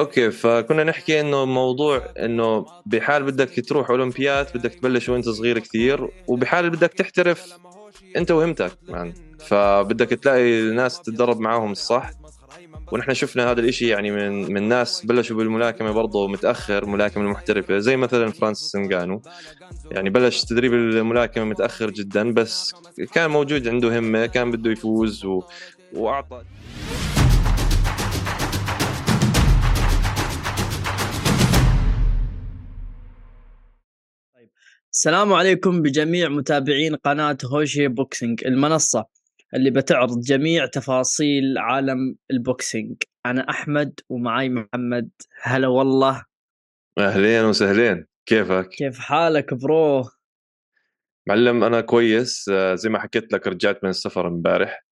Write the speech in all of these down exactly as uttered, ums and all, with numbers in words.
اوكي، فكنا نحكي انه موضوع انه بحال بدك تروح اولمبياد بدك تبلش وانت صغير كتير، وبحال بدك تحترف انت وهمتك مان، فبدك تلاقي ناس تتدرب معاهم الصح. ونحن شفنا هذا الاشي يعني من من ناس بلشوا بالملاكمة برضه متأخر، ملاكمة المحترفة زي مثلا فرانسيس نغانو. يعني بلش تدريب الملاكمة متأخر جدا، بس كان موجود عنده همة، كان بده يفوز و... وأعطى. السلام عليكم بجميع متابعين قناة هوشي بوكسينج، المنصة اللي بتعرض جميع تفاصيل عالم البوكسينج. أنا أحمد ومعاي محمد. هلا والله. أهلين وسهلين، كيفك؟ كيف حالك برو؟ معلم أنا كويس. آه، زي ما حكيت لك رجعت من السفر امبارح،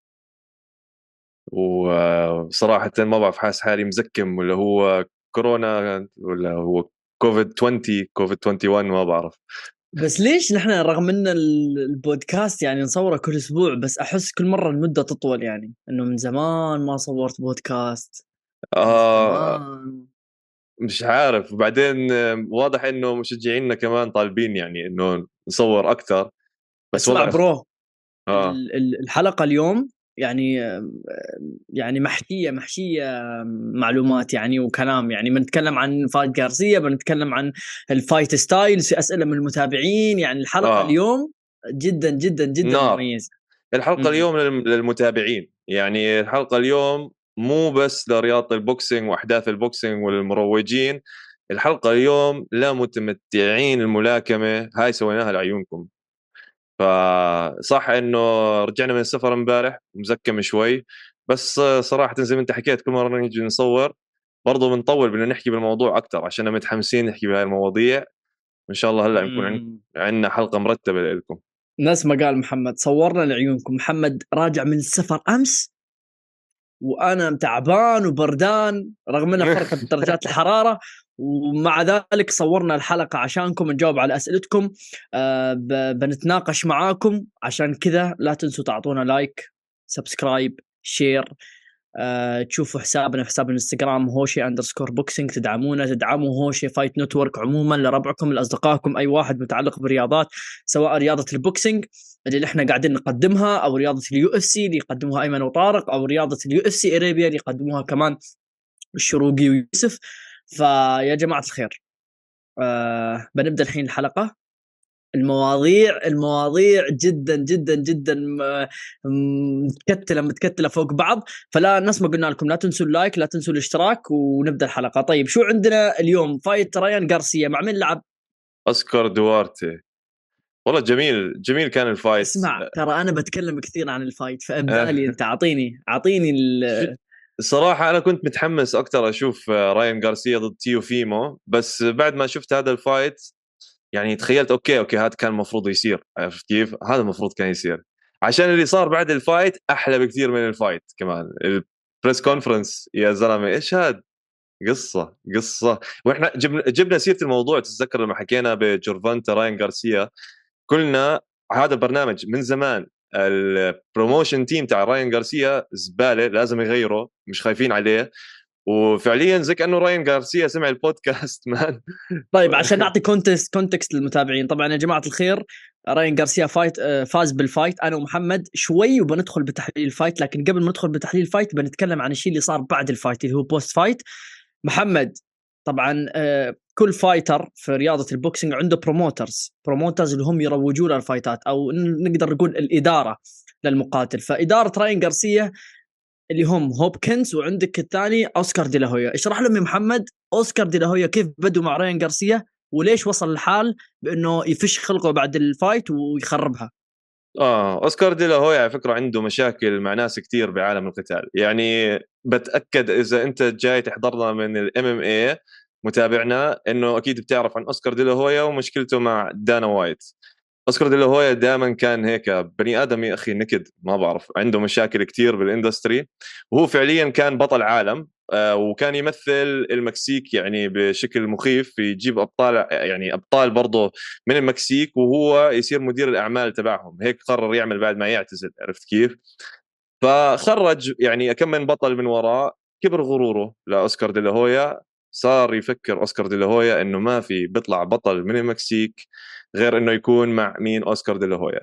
وصراحة ما بعرف، حاس حالي مزكم ولا هو كورونا ولا هو كوفيد عشرين كوفيد واحد وعشرين، ما بعرف. بس ليش نحن رغم ان ال- البودكاست يعني نصوره كل اسبوع، بس احس كل مرة المدة تطول، يعني انه من زمان ما صورت بودكاست. من آه زمان. مش عارف. وبعدين آه، واضح إنه مشجعيننا كمان طالبين يعني إنه نصور أكثر، بس اسمع والله أخ... برو، آه ال- ال- الحلقة اليوم يعني يعني محشية محشية معلومات يعني وكلام. يعني بنتكلم عن فايت جارسيا، بنتكلم عن الفايت ستايلز، في أسئلة من المتابعين. يعني الحلقة آه اليوم جدا جدا جدا نار. مميزة. الحلقة م- اليوم للم- للمتابعين، يعني الحلقة اليوم مو بس لرياضة البوكسينج وأحداث البوكسينج والمروجين. الحلقة اليوم لمتمتعين الملاكمة، هاي سويناها لعيونكم. فصح إنه رجعنا من السفر امبارح مزكم شوي، بس صراحة زي ما أنت حكيت كل مرة نيجي نصور برضو بنطول، بدنا نحكي بالموضوع أكتر عشان متحمسين نحكي بهاي المواضيع. وإن شاء الله هلأ نكون م- عندنا حلقة مرتبة لكم. نفس ما قال محمد، صورنا لعيونكم. محمد راجع من السفر أمس وانا تعبان وبردان رغم ان فرق درجات الحراره، ومع ذلك صورنا الحلقه عشانكم نجاوب على اسئلتكم. أه ب- بنتناقش معاكم، عشان كذا لا تنسوا تعطونا لايك، سبسكرايب، شير. أه تشوفوا حسابنا في حساب الانستغرام هوشي اندرسكور بوكسينج، تدعمونا، تدعموا هوشي فايت نتورك عموما، لربعكم لاصدقائكم، اي واحد متعلق برياضات، سواء رياضه البوكسينج اللي احنا قاعدين نقدمها، او رياضه اليو اف سي اللي يقدموها ايمن وطارق، او رياضه اليو اف سي اريبيا اللي يقدموها كمان الشروقي ويوسف. فيا جماعه الخير، أه بنبدا الحين الحلقه. المواضيع المواضيع جدا جدا جدا م- م- متكتله متكتله فوق بعض. فلا، نفس ما قلنا لكم، لا تنسوا اللايك، لا تنسوا الاشتراك، ونبدا الحلقه. طيب، شو عندنا اليوم؟ فايت رايان غارسيا مع مين لعب؟ أسكار دوارتي. والله جميل جميل كان الفايت. اسمع، ترى انا بتكلم كثير عن الفايت، فابدا لي آه، انت، اعطيني اعطيني شو- ال... الصراحة أنا كنت متحمس أكتر أشوف آه، راين غارسيا ضد تيو فيمو، بس بعد ما شفت هذا الفايت يعني تخيلت أوكي أوكي هذا كان المفروض يصير. عرفت كيف؟ هذا المفروض كان يصير، عشان اللي صار بعد الفايت أحلى بكثير من الفايت. كمان البريس كونفرنس يا زلمة إيش هاد، قصة قصة. وإحنا جبنا جبنا سيرة الموضوع، تتذكر لما حكينا بجورفانتا راين غارسيا قلنا هذا البرنامج من زمان البروموشن تيم تاع راين غارسيا زباله، لازم يغيره، مش خايفين عليه. وفعليا زي كانه راين غارسيا سمع البودكاست مان. طيب، عشان نعطي كونتكست كونتكست للمتابعين، طبعا يا جماعه الخير، راين غارسيا فايت آه، فاز بالفايت. انا ومحمد شوي وبندخل بتحليل الفايت، لكن قبل ما ندخل بتحليل الفايت بنتكلم عن الشيء اللي صار بعد الفايت اللي هو بوست فايت. محمد، طبعا آه، كل فايتر في رياضه البوكسينج عنده بروموترز بروموترز اللي هم يروجوا له الفايتات، او نقدر نقول الاداره للمقاتل. فاداره راين غارسيا اللي هم هوبكنز، وعندك الثاني اوسكار دي لاهويا. اشرح لهم يا محمد، اوسكار دي لاهويا كيف بدوا مع راين غارسيا، وليش وصل الحال بانه يفش خلقه بعد الفايت ويخربها. اه اوسكار دي لا هوي على فكره عنده مشاكل مع ناس كتير بعالم القتال. يعني بتاكد اذا انت جاي تحضرنا من الام ام اي متابعنا انه اكيد بتعرف عن اوسكار دي لا هويا ومشكلته مع دانا وايت. اوسكار دي لا هويا دائما كان هيك بني ادم يا اخي نكد، ما بعرف، عنده مشاكل كتير بالاندستري. وهو فعليا كان بطل عالم، آه، وكان يمثل المكسيك يعني بشكل مخيف، يجيب ابطال يعني ابطال برضه من المكسيك، وهو يصير مدير الاعمال تبعهم. هيك قرر يعمل بعد ما يعتزل. عرفت كيف؟ فخرج يعني كم من بطل من وراه. كبر غروره لأوسكار دي لا هويا، صار يفكر أوسكار دي لا هويا إنه ما في بيطلع بطل من المكسيك غير إنه يكون مع مين؟ أوسكار دي لا هويا.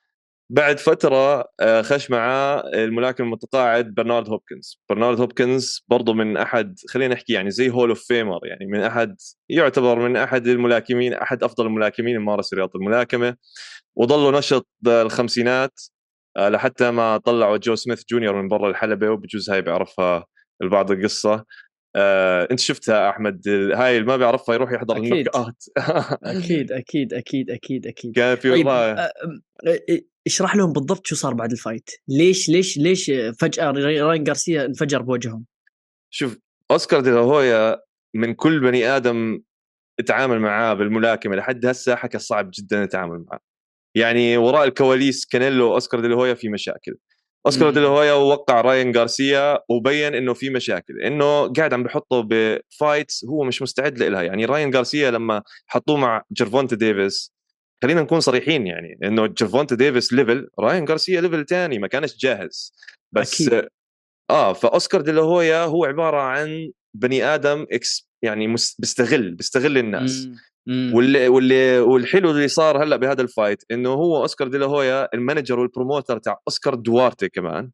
بعد فترة خش معاه الملاكم المتقاعد برنارد هوبكنز. برنارد هوبكنز برضو من أحد، خلينا نحكي يعني زي هول اوف فيمر، يعني من أحد، يعتبر من أحد الملاكمين، أحد أفضل الملاكمين ممارس رياضة الملاكمة، وظلوا نشط الخمسينات لحتى ما طلعوا جو سميث جونيور من برا الحلبة، وبجوز هاي بيعرفها البعض القصة. آه، انت شفتها احمد؟ هاي اللي ما بيعرفها يروح يحضر النوك اكيد اوت. اكيد اكيد اكيد اكيد اكيد. كان في طيب والله. أ- أ- اشرح لهم بالضبط شو صار بعد الفايت، ليش ليش ليش فجأة راين غارسيا انفجر بوجههم؟ شوف، اوسكار دي لا هويا من كل بني ادم اتعامل معاه بالملاكمه لحد هسه حكى صعب جدا التعامل معاه. يعني وراء الكواليس كانيلو اوسكار دي لا هويا في مشاكل. اوسكار دي لا هويا وقع راين غارسيا وبين انه في مشاكل، انه قاعد عم بحطه بفايتس هو مش مستعد لها. يعني راين غارسيا لما حطوه مع جيرفونتا ديفيس، خلينا نكون صريحين، يعني انه جيرفونتا ديفيس ليفل، راين غارسيا ليفل تاني، ما كانش جاهز. بس اكيد. اه فاوسكار دي لا هويا هو عباره عن بني ادم اكس، يعني مس- بيستغل بيستغل الناس. مم. مم. واللي واللي والحلو اللي صار هلا بهذا الفايت انه هو اوسكار دي لا هويا المانجر والبروموتر تاع اوسكار دوارتي كمان.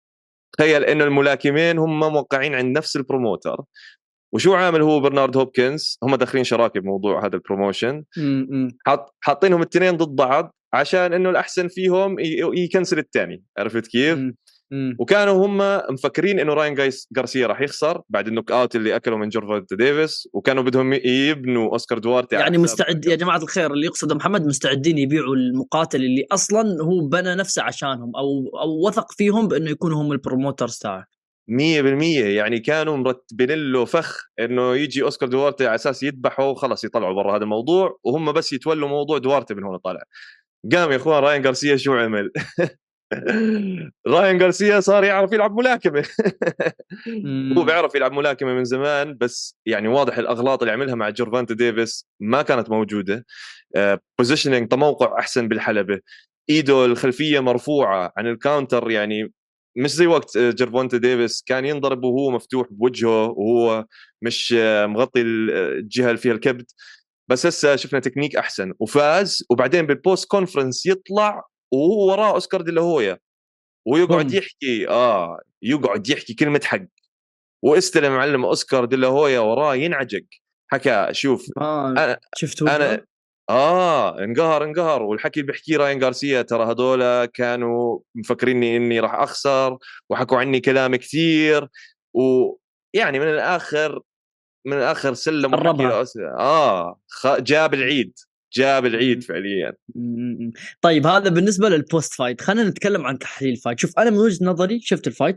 تخيل انه الملاكمين هم موقعين عند نفس البروموتر. وشو عامل هو برنارد هوبكنز؟ هم داخلين شراكه بموضوع هذا البروموشن، مم. حاط حاطينهم الاثنين ضد بعض عشان انه الاحسن فيهم ي- يكنسل الثاني. عرفت كيف؟ مم. مم. وكانوا هم مفكرين انه راين جايس غارسيا راح يخسر بعد النوك اوت اللي اكله من جيرفونتا ديفيس، وكانوا بدهم يبنوا اوسكار دوارتي على يعني حساب مستعد يا جماعة الخير، اللي يقصده محمد مستعدين يبيعوا المقاتل اللي أصلا هو بنى نفسه عشانهم، أو أو وثق فيهم بأنه يكونوا هم البروموترز تاعه. مية بالمية. يعني كانوا مرتبين له فخ انه يجي اوسكار دوارتي على اساس يذبحه وخلص يطلعوا برا هذا الموضوع، وهم بس يتولوا موضوع دوارتي من هون طالع. قام يا اخوان راين غارسيا شو عمل؟ راين غارسيا صار يعرف يلعب ملاكمه. هو مم. بيعرف يلعب ملاكمه من زمان، بس يعني واضح الاغلاط اللي عملها مع جيرفانتا ديفيس ما كانت موجوده. بوزيشننج، تموقع احسن بالحلبه، ايده الخلفيه مرفوعه عن الكاونتر، يعني مش زي وقت جيرفونتا ديفيس كان ينضرب وهو مفتوح بوجهه وهو مش مغطي الجهه اللي فيها الكبد. بس هسه شفنا تكنيك احسن وفاز. وبعدين بالبوست كونفرنس يطلع وهو وراه اوسكار دي لا هويا، ويقعد بوم. يحكي اه يقعد يحكي كلمه حق، واستلم معلم اوسكار دي لا هويا وراه ينعجق. حكى شوف، ما انا شفت وجهه. انا اه انقهر انقهر. والحكي اللي بيحكيه راين غارسيا ترى هذول كانوا مفكريني اني راح اخسر وحكوا عني كلام كثير، ويعني من الاخر من الاخر سلم وحكي قربها. له اه خ... جاب العيد، جاب العيد مم. فعليا. مم. طيب هذا بالنسبة للبوست فايت، خلينا نتكلم عن تحليل الفايت. شوف أنا من وجهة نظري شفت الفايت.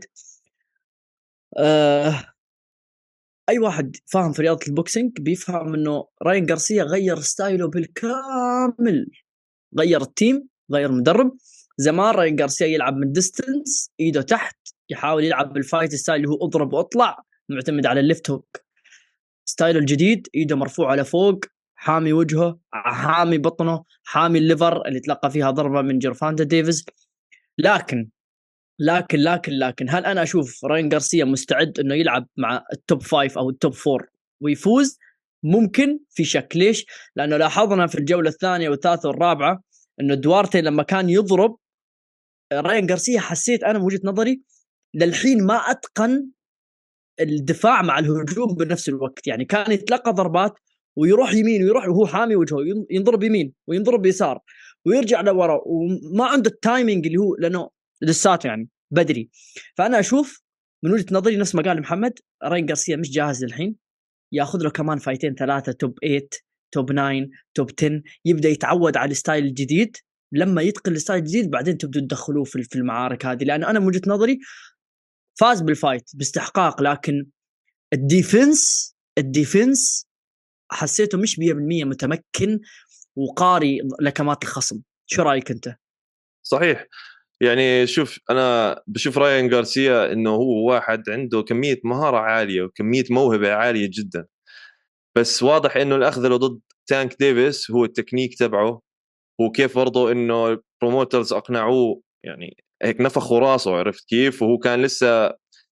آه اي واحد فاهم في رياضه البوكسينج بيفهم انه راين غارسيا غير ستايله بالكامل، غير التيم، غير مدرب. زمان راين غارسيا يلعب من ديستنس، ايده تحت، يحاول يلعب بالفايت ستايل اللي هو اضرب واطلع، معتمد على الليفت هوك. ستايله الجديد ايده مرفوعه لفوق، حامي وجهه، حامي بطنه، حامي الليفر اللي تلقى فيها ضربه من جيرفانتا ديفيز. لكن لكن لكن لكن هل انا اشوف راين غارسيا مستعد انه يلعب مع التوب فايف او التوب فور ويفوز؟ ممكن، في شك. ليش؟ لانه لاحظنا في الجوله الثانيه والثالثه والرابعه انه دوارتي لما كان يضرب راين غارسيا، حسيت انا من وجهه نظري للحين ما اتقن الدفاع مع الهجوم بنفس الوقت. يعني كان يتلقى ضربات ويروح يمين ويروح وهو حامي وجهه، ينضرب يمين وينضرب يسار ويرجع لورا، وما عنده التايمينج اللي هو، لانه لساته يعني بدري. فانا اشوف من وجهه نظري نفس ما قال محمد، راين غارسيا مش جاهز للحين. ياخذ له كمان فايتين ثلاثه توب ثمانية، توب تسعة، توب عشرة، يبدا يتعود على الستايل الجديد. لما يتقن الستايل الجديد بعدين تبدو تدخلوه في في المعارك هذه. لان انا من وجهه نظري فاز بالفايت باستحقاق، لكن الديفنس الديفنس حسيته مش مية بالمية متمكن وقاري لكمات الخصم. شو رايك انت؟ صحيح. يعني شوف، انا بشوف راين غارسيا انه هو واحد عنده كميه مهاره عاليه وكميه موهبه عاليه جدا، بس واضح انه الاخذ له ضد تانك ديفيس هو التكنيك تبعه، وكيف برضه انه البروموترز اقنعوه، يعني هيك نفخوا راسه. عرفت كيف؟ وهو كان لسه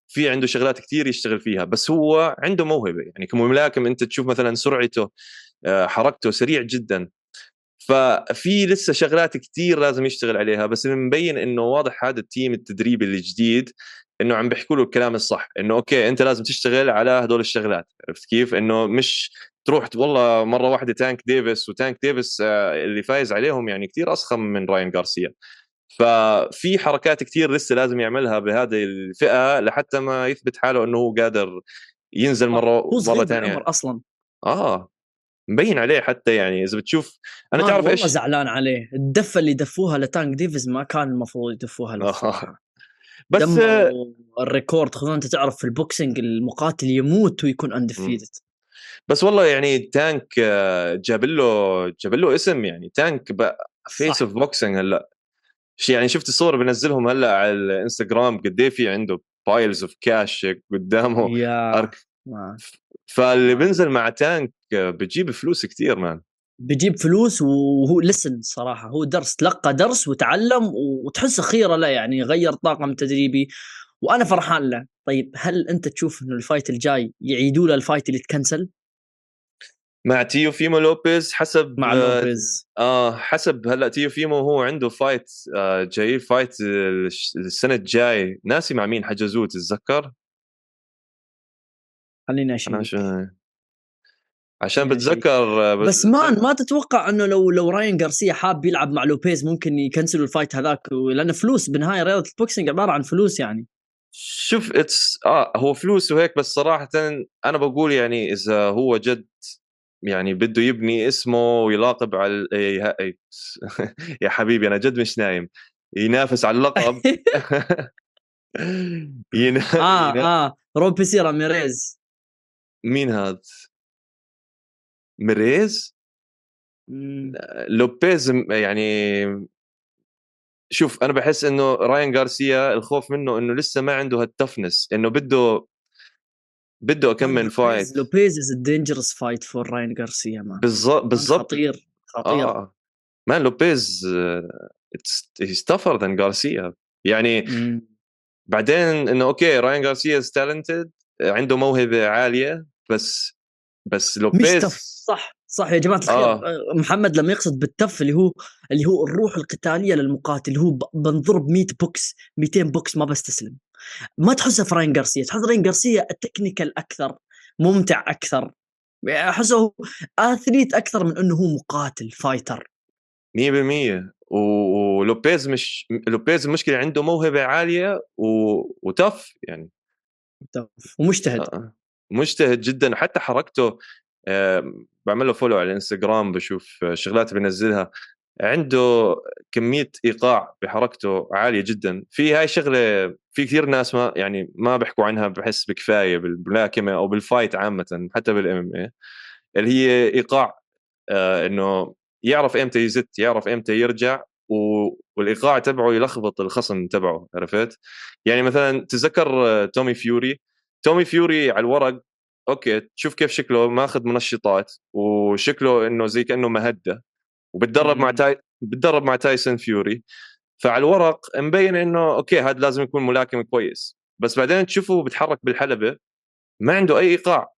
في عنده شغلات كتير يشتغل فيها، بس هو عنده موهبه يعني كملاكم. انت تشوف مثلا سرعته، حركته سريع جدا. ففي لسه شغلات كتير لازم يشتغل عليها، بس مبين انه واضح هذا التيم التدريبي الجديد انه عم بيحكوا له الكلام الصح، انه اوكي انت لازم تشتغل على هدول الشغلات. عرفت كيف؟ انه مش تروح والله مره واحده تانك ديفيس، وتانك ديفيس اللي فايز عليهم يعني كتير اضخم من راين غارسيا. ففي حركات كتير لسه لازم يعملها بهذه الفئه لحتى ما يثبت حاله انه هو قادر ينزل مره هو مره صغير ثانيه. بالعمر اصلا. اه مبين عليه حتى، يعني اذا بتشوف انا مان تعرف والله ايش. زعلان عليه، الدفه اللي دفوها لتانك ديفيز ما كان المفروض يدفوها له آه. بصراحه. بس دمروا الريكورد، خصوصا انت تعرف في البوكسينج المقاتل يموت ويكون اندفيدد. بس والله يعني تانك جاب له جاب له اسم، يعني تانك فيس صح. اوف بوكسينج هلا. يعني شفت الصور بنزلهم هلا على الانستغرام قد ايه في عنده بايلز اوف كاش قدامه يا أرك. ما فاللي ما بنزل مع تانك بتجيب فلوس كتير مان. بيجيب فلوس، وهو لسن صراحه، هو درس، تلقى درس وتعلم، وتحس خيره له يعني، غير طاقم تدريبي، وانا فرحان له. طيب هل انت تشوف انه الفايت الجاي يعيدوا له الفايت اللي تكنسل مع تيو فيمو لوبيز حسب مع اه لوبيز؟ آه، حسب. هلا تيو فيمو هو عنده فايت آه جاي فايت السنه الجاي، ناسي مع مين حجزوه تتذكر؟ خليني انا شو اشيك. عشان خليني اشيك. بتذكر بس مان ما تتوقع انه لو لو راين غارسيا حاب يلعب مع لوبيز ممكن يكنسلوا الفايت هذاك؟ لانه فلوس بالنهايه، رياضه البوكسينج عباره عن فلوس يعني. شوف اتس اه هو فلوس وهيك، بس صراحة انا بقول يعني اذا هو جد يعني بده يبني اسمه ويلاقب على ال- إيه- إيه- يا حبيبي انا جد مش نايم، ينافس على اللقب. ينا... اه ينا... اه روبيسي راميريز. مين هذا؟ ميريز؟ مم. لوبيز م- يعني شوف انا بحس انه راين غارسيا الخوف منه انه لسه ما عنده هالتفنس، انه بده بده كم مان من فايت. لوبيز لوبيز از دينجرس فايت فور راين غارسيا مان. بالضبط مان بالضبط. خطير خطير. اه مان لوبيز هيز tougher than غارسيا يعني. مم. بعدين انه اوكي راين غارسيا از تالنتد، عنده موهبه عاليه، بس بس مش تف، لوبيز صح صح يا جماعه الخير. اه أه، محمد لما يقصد بالتف اللي هو اللي هو الروح القتاليه للمقاتل، اللي هو ب- بنضرب مية بوكس ميتين بوكس ما بستسلم. ما تحسه في راين غارسيا، تحس راين غارسيا التكنيكال اكثر، ممتع اكثر، احسه اثليت اكثر من انه هو مقاتل فايتر. مية بالمية. و- ولوبيز مش لوبيز المشكله عنده موهبه عاليه و... وتف يعني. ومجتهد. آه. مجتهد جدا، حتى حركته آه. بعمل له فولو على الانستغرام، بشوف شغلات بنزلها، عنده كمية إيقاع بحركته عالية جدا. في هاي شغلة في كثير ناس ما يعني ما بيحكوا عنها، بحس بكفاية بالملاكمة أو بالفايت عامة، حتى بالإم إم إيه، اللي هي إيقاع. آه إنه يعرف إمتى يزت، يعرف إمتى يرجع، و... والإيقاع تبعه يلخبط الخصم تبعه. عرفت؟ يعني مثلا تذكر آه، تومي فيوري. تومي فيوري على الورق اوكي تشوف كيف شكله ماخذ منشطات، وشكله انه زي كانه مهدة، وبتدرب مع مم. تاي بتدرب مع تايسون فيوري. فعلى الورق مبين انه اوكي هذا لازم يكون ملاكم كويس، بس بعدين تشوفه بيتحرك بالحلبة ما عنده اي ايقاع.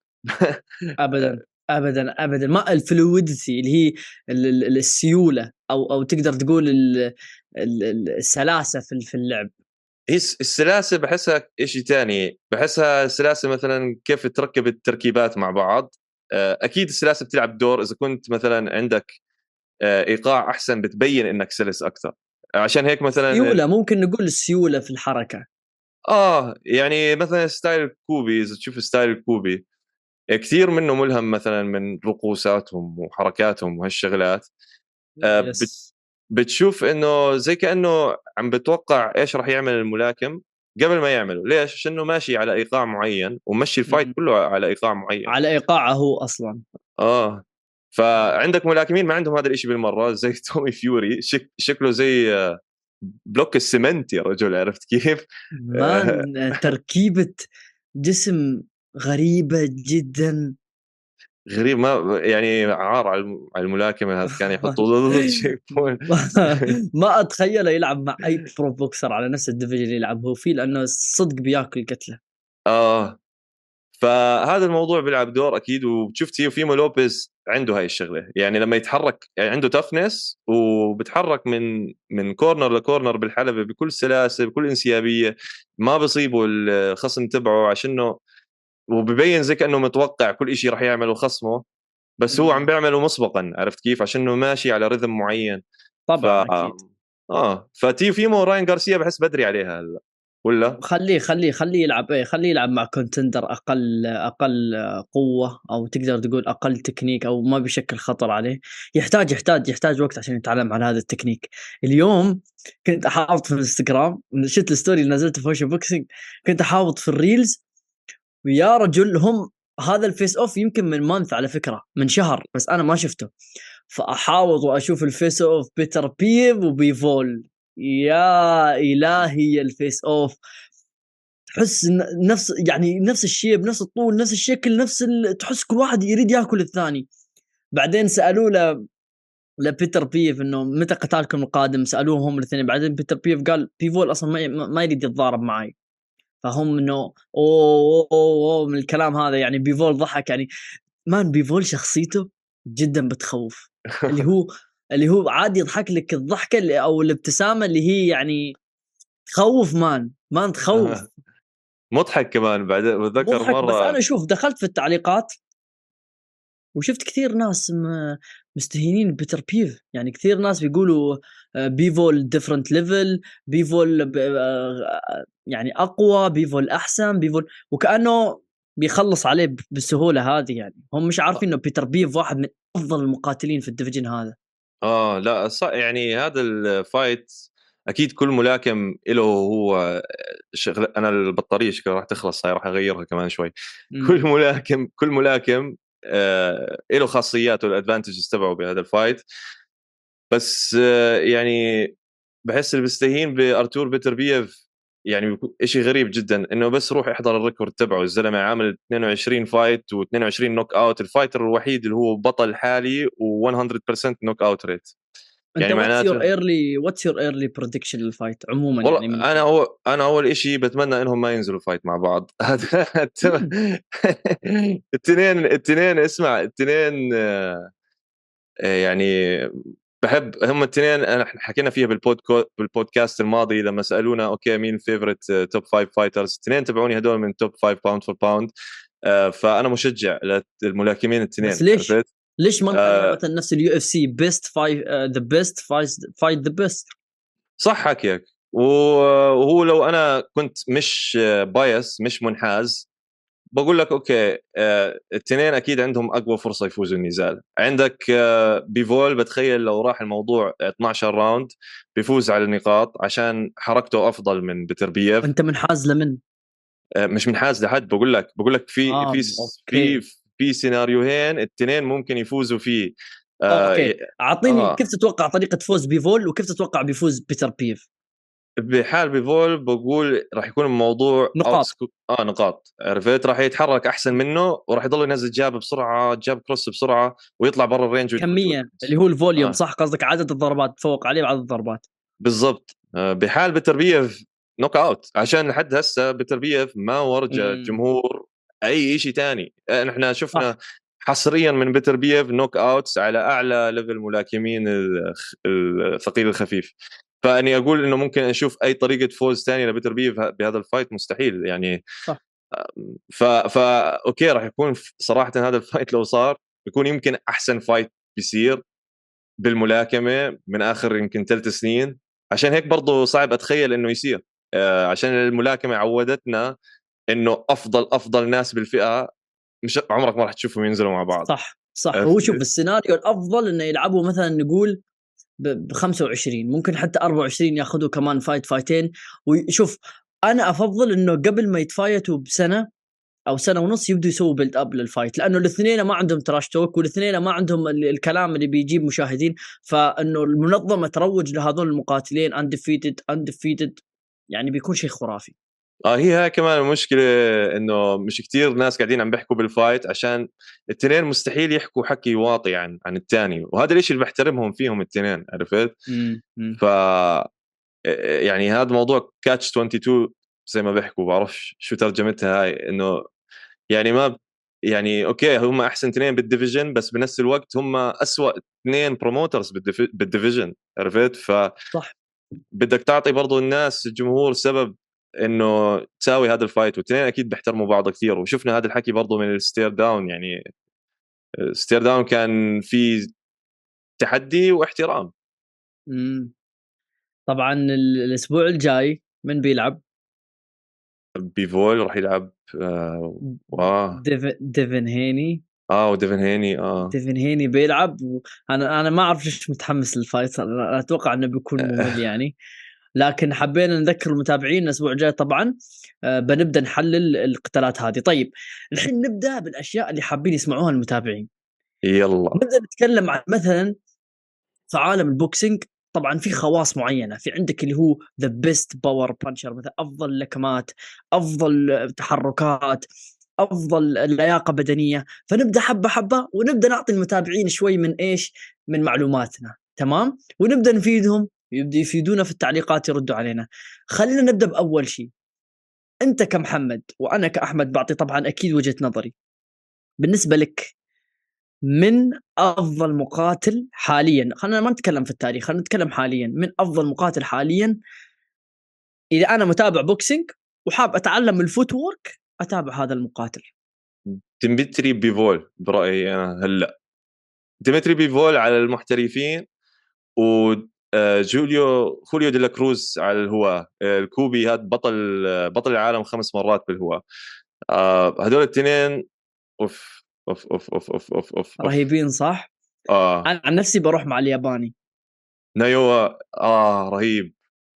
ابدا ابدا ابدا، ما الفلويدتي اللي هي ال- ال- السيوله، او او تقدر تقول ال- ال- ال- السلاسه في في اللعب. هي السلاسة بحسها شيء تاني، بحسها السلاسة مثلا كيف تركب التركيبات مع بعض. آه، اكيد السلاسة بتلعب دور، اذا كنت مثلا عندك آه، ايقاع احسن بتبين انك سلس اكثر. عشان هيك مثلا سيوله، ممكن نقول السيوله في الحركه. اه يعني مثلا ستايل الكوبي، اذا تشوف ستايل الكوبي كثير منه ملهم مثلا من رقوساتهم وحركاتهم وهالشغلات. آه بت يس. بتشوف انه زي كانه عم بتوقع ايش راح يعمل الملاكم قبل ما يعمله. ليش؟ عشان ماشي على ايقاع معين ومشي الفايت مم. كله على ايقاع معين. على ايقاعه هو اصلا. اه فعندك ملاكمين ما عندهم هذا الاشي بالمره، زي تومي فيوري شك شكله زي آه، بلوك السمنت يا رجل. عرفت كيف؟ آه، مان تركيبه جسم غريبه جدا. غريب، ما يعني عار على الم- على الملاكمه هذا، كان يحطوا ضد شيك بوينت. ما اتخيله يلعب مع اي برو بوكسر على نفس الديفيجن اللي يلعب هو فيه، لانه صدق بياكل قتله. اه فهذا الموضوع بيلعب دور اكيد. وشفت تيوفيمو لوبيز عنده هاي الشغله، يعني لما يتحرك يعني عنده تفنس وبتحرك من من كورنر لكورنر بالحلبه بكل سلاسه بكل انسيابيه، ما بيصيبه الخصم تبعه عشانه، وببين زي كانه متوقع كل شيء راح يعمله خصمه، بس هو عم بيعمله مسبقا، عرفت كيف؟ عشانه ماشي على رذم معين. ف طبعا اكيد. اه فتيوفيمو راين غارسيا بحس بدري عليها هلا ولا؟ خليه خليه خليه يلعب ايه خليه يلعب مع كونتندر اقل اقل قوه، او تقدر تقول اقل تكنيك، او ما بيشكل خطر عليه. يحتاج يحتاج يحتاج وقت عشان يتعلم على هذا التكنيك. اليوم كنت احاوط في الانستغرام، شفت الستوري اللي نزلته في وش بوكسينج، كنت احاوط في الريلز، ويا رجل هم هذا الفيس اوف يمكن من مانث على فكره، من شهر، بس انا ما شفته. فاحاوط واشوف الفيس اوف بيتر بيف وبيفول، يا الهي الفيس اوف، تحس نفس يعني نفس الشيب، نفس الطول، نفس الشكل، نفس ال... تحس كل واحد يريد ياكل الثاني. بعدين سالوه ل لبيتر بيف انه متى قتالكم القادم، سالوه هم الاثنين، بعدين بيتر بيف قال بيفول اصلا ما, ما يريد يتضارب معي. فهم انه أوه, أوه, أوه, اوه من الكلام هذا، يعني بيفول ضحك يعني. مان بيفول شخصيته جدا بتخوف، اللي هو اللي هو عادي يضحك لك الضحكه اللي او الابتسامه اللي هي يعني تخوف. مان مان تخوف. مضحك كمان. بعد بتذكر مضحك. بس مره انا شوف دخلت في التعليقات وشفت كثير ناس مستهينين بيتر بيف، يعني كثير ناس بيقولوا بيفول ديفرنت ليفل، بيفول يعني اقوى، بيفول احسن، بيفول، وكانه بيخلص عليه بالسهوله هذه. يعني هم مش عارفين انه بيتر بيف واحد من افضل المقاتلين في الديفيجن هذا. اه لا صح، يعني هذا الفايت اكيد كل ملاكم له هو شغل. انا البطاريه شكلها راح تخلص، هاي راح اغيرها كمان شوي. م. كل ملاكم كل ملاكم آه له خاصياته والادفانتجز تبعه بهذا الفايت. بس آه يعني بحس اللي بيستهين بارتور بيتربييف يعني شيء غريب جدا، انه بس روح احضر الريكورد تبعه. الزلمه عامل اثنين وعشرين فايت و22 نوك اوت، الفايتر الوحيد اللي هو بطل حالي و100% نوك اوت ريت. انت يعني واتس يور معناته ايرلي واتس يور ايرلي بريدكشن للفايت عموما والله يعني من انا اول انا اول شيء بتمنى انهم ما ينزلوا فايت مع بعض. الاثنين الاثنين اسمع الاثنين يعني بحب هم الاثنين. انا حكينا فيها بالبودكو بالبودكاست الماضي لما سالونا اوكي مين فيفورت توب فايف فايترز، الاثنين تبعوني هدول من توب فايف باوند فور باوند. فانا مشجع للملاكمين بس الاثنين، ليش عرفت؟ ليش ما نخليها أه مثلا نفس اليو اف سي بيست فايت ذا بيست فايت ذا بيست؟ صح حكيك. وهو لو انا كنت مش بايس مش منحاز بقول لك اوكي آه، الاثنين اكيد عندهم اقوى فرصه يفوزوا النزال. عندك آه، بيفول بتخيل لو راح الموضوع اثنا عشر راوند بيفوز على النقاط عشان حركته افضل من بيتربييف. انت منحاز لمن؟ آه، مش منحاز لحد، بقول لك بقول لك في اه في في اوكي. في سيناريوهين الاثنين ممكن يفوزوا فيه. اه, اوكي اعطيني كيف آه تتوقع طريقه فوز بيفول، وكيف تتوقع بيفوز بيتر بيف؟ بحال بيفول بقول راح يكون الموضوع اوت نقاط. سكو... اه نقاط، عرفت؟ راح يتحرك احسن منه وراح يضل ينزل جاب بسرعه، جاب كروس بسرعه ويطلع برا الرينج ويدخل جول. كميا اللي هو الفوليوم، اه صح؟ قصدك عدد الضربات، تفوق عليه بعدد الضربات. بالضبط. آه بحال بتربيه نوك اوت، عشان لحد هسه بتربيه ما ورجى امم الجمهور اي شيء ثاني. آه نحن صح. شفنا حصريا من بتربيه نوك اوتس على اعلى ليفل ملاكمين الخ- الثقيل الخفيف. فاني اقول انه ممكن اشوف اي طريقه فوز ثانيه لبيتر بهذا الفايت مستحيل يعني. صح. ف فا اوكي راح يكون صراحه هذا الفايت لو صار بيكون يمكن احسن فايت بيصير بالملاكمه من اخر يمكن ثلاث سنين. عشان هيك برضه صعب اتخيل انه يصير، آه عشان الملاكمه عودتنا انه افضل افضل ناس بالفئه مش عمرك ما راح تشوفهم ينزلوا مع بعض. صح صح. آه هو شوف السيناريو الافضل انه يلعبوا مثلا نقول ب خمسة وعشرين، ممكن حتى أربعة وعشرين ياخذوا كمان فايت فايتين. وشوف انا افضل انه قبل ما يتفايتوا بسنه او سنه ونص يبدوا يسووا بيلد اب للفايت، لانه الاثنين ما عندهم تراش توك، والاثنين ما عندهم ال- الكلام اللي بيجيب مشاهدين. فانه المنظمه تروج لهذول المقاتلين اندفيتد اندفيتد، يعني بيكون شيء خرافي. اه هي هاي كمان المشكله، انه مش كتير ناس قاعدين عم بيحكوا بالفايت عشان الاثنين مستحيل يحكوا حكي واطي عن عن الثاني، وهذا الاشي اللي بحترمهم فيهم الاثنين، عرفت؟ امم ف يعني هذا موضوع كاتش اثنين وعشرين زي ما بيحكوا، بعرفش شو ترجمتها هاي، انه يعني ما ب- يعني اوكي هم احسن اثنين بالديفيجن، بس بنفس الوقت هم اسوأ اثنين بروموترز بالديفيجن، عرفت؟ صح. فبدك تعطي برضو الناس الجمهور سبب انه تساوي هذا الفايت، واثنين اكيد بيحترموا بعض كثير، وشفنا هذا الحكي برضو من الستير داون. يعني ستير داون كان في تحدي واحترام. مم. طبعا ال- الاسبوع الجاي من بيلعب؟ بيفول راح يلعب. آه واه ديف... ديفن هيني. اه وديفن هيني. اه ديفن هيني بيلعب، وانا انا ما اعرف ليش متحمس للفايت، انا اتوقع انه بيكون ممل يعني. لكن حبينا نذكر المتابعين الاسبوع الجاي طبعا آه بنبدا نحلل القتالات هذه. طيب الحين نبدا بالاشياء اللي حابين يسمعوها المتابعين. يلا. نبدا نتكلم عن مثلا في عالم البوكسينج. طبعا في خواص معينه، في عندك اللي هو ذا بيست باور بانشر، مثلا افضل لكمات، افضل تحركات، افضل لياقه بدنيه. فنبدا حبه حبه ونبدا نعطي المتابعين شوي من ايش، من معلوماتنا، تمام، ونبدا نفيدهم، يبدا يفيدونا في التعليقات، يردوا علينا. خلينا نبدا باول شيء. انت كمحمد وانا كاحمد بعطي طبعا اكيد وجهه نظري. بالنسبه لك، من افضل مقاتل حاليا، خلينا ما نتكلم في التاريخ، خلينا نتكلم حاليا، من افضل مقاتل حاليا اذا انا متابع بوكسينج وحاب اتعلم الفوت وورك، اتابع هذا المقاتل. ديمتري بيفول برأيي أنا هلا. ديمتري بيفول على المحترفين، و آه، جوليو خوليو دي لا كروز على الهواة. آه، الكوبي هذا بطل، آه، بطل العالم خمس مرات بالهواة. آه، هدول الاثنين اوف اوف اوف اوف اوف اوف اوف اوف. رهيبين صح. اه انا عن نفسي بروح مع الياباني. نايوا. اه رهيب.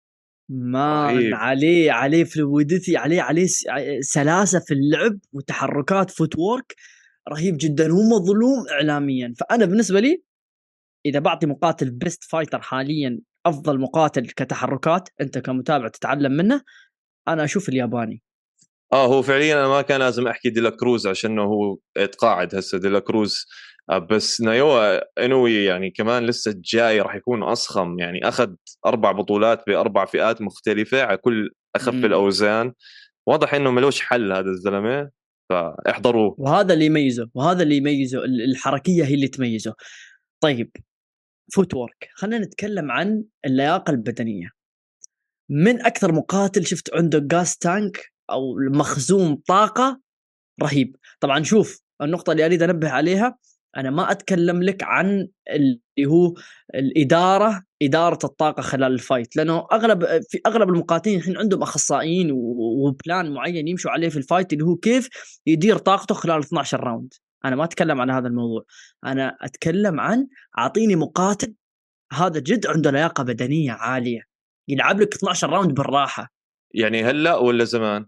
مان رهيب. عليه، عليه فلويدتي، عليه عليه س- ع- سلاسه في اللعب وتحركات فوت وورك رهيب جدا. هو مظلوم اعلاميا. فانا بالنسبه لي اذا بعطي مقاتل بيست فايتر حاليا، افضل مقاتل كتحركات انت كمتابع تتعلم منه، انا اشوف الياباني. اه هو فعليا انا ما كان لازم احكي ديلا كروز عشانه هو اتقاعد هسه ديلا كروز. آه بس نايوا انوي يعني كمان لسه جاي راح يكون اصخم. يعني اخذ اربع بطولات باربع فئات مختلفه على كل اخف مم. الاوزان. واضح انه ملوش حل هذا الزلمه، فاحضروه. وهذا اللي يميزه، وهذا اللي يميزه ال- الحركيه هي اللي تميزه. طيب فوت وورك، خلينا نتكلم عن اللياقه البدنيه. من اكثر مقاتل شفت عنده جاس تانك او مخزون طاقه رهيب. طبعا شوف النقطة اللي أريد أنبه عليها، أنا ما أتكلم لك عن اللي هو الإدارة، إدارة الطاقة خلال الفايت، لأنه أغلب في أغلب المقاتلين الحين عندهم أخصائيين و- وبلان معين يمشوا عليه في الفايت، اللي هو كيف يدير طاقته خلال اثنا عشر راوند. أنا ما أتكلم عن هذا الموضوع، أنا أتكلم عن أعطيني مقاتل هذا جد عنده لياقة بدنية عالية يلعب لك اثنا عشر راوند بالراحة. يعني هلا ولا زمان؟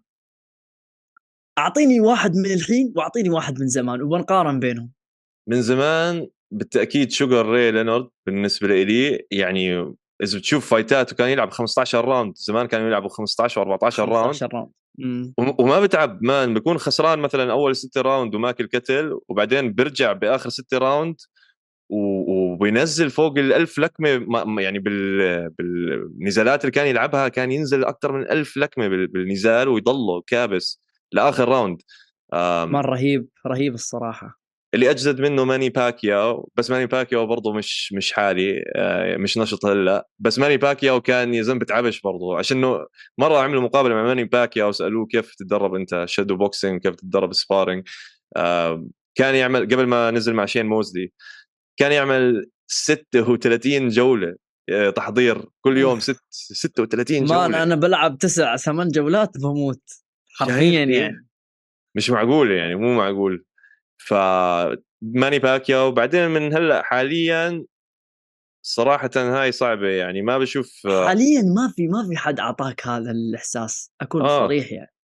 أعطيني واحد من الحين وأعطيني واحد من زمان وبنقارن بينهم. من زمان بالتاكيد شوغر ري لينارد بالنسبه لي. يعني اذا بتشوف فايتاته كان يلعب خمسة عشر راوند، زمان كانوا يلعبوا خمسة عشر و14 راوند. خمسة عشر راوند. امم وم- وما بتعب مان، بيكون خسران مثلا اول ستة راوند وماكل كتل، وبعدين بيرجع باخر ستة راوند و- وبينزل فوق الألف لكمه. ما- ما- يعني بال بالنزالات اللي كان يلعبها كان ينزل اكثر من ألف لكمه بال- بالنزال، ويضله كابس لاخر راوند. آم، مره رهيب، رهيب الصراحه. اللي اجدد منه ماني باكياو، بس ماني باكياو برضه مش مش حالي، آه، مش نشط هلا. بس ماني باكياو كان يا زلمه بتعبش برضه، عشانه مره عملوا مقابله مع ماني باكياو وسالوه كيف تتدرب انت شادو بوكسينج، كيف تتدرب سبارينج. آه، كان يعمل قبل ما نزل مع شين موزلي، كان يعمل ستة وثلاثين جوله آه، تحضير كل يوم، اوف. ست ستة وثلاثين ما جوله. انا انا بلعب تسع ثمان جولات بموت شايف حرفيا كيف؟ يعني. مش معقول يعني، مو معقول. ف ماني باكياو بعدين من هلا حاليا صراحة هاي صعبة. يعني ما بشوف. حاليا ما في ما في حد اعطاك هذا الاحساس، اكون اه صريح يعني.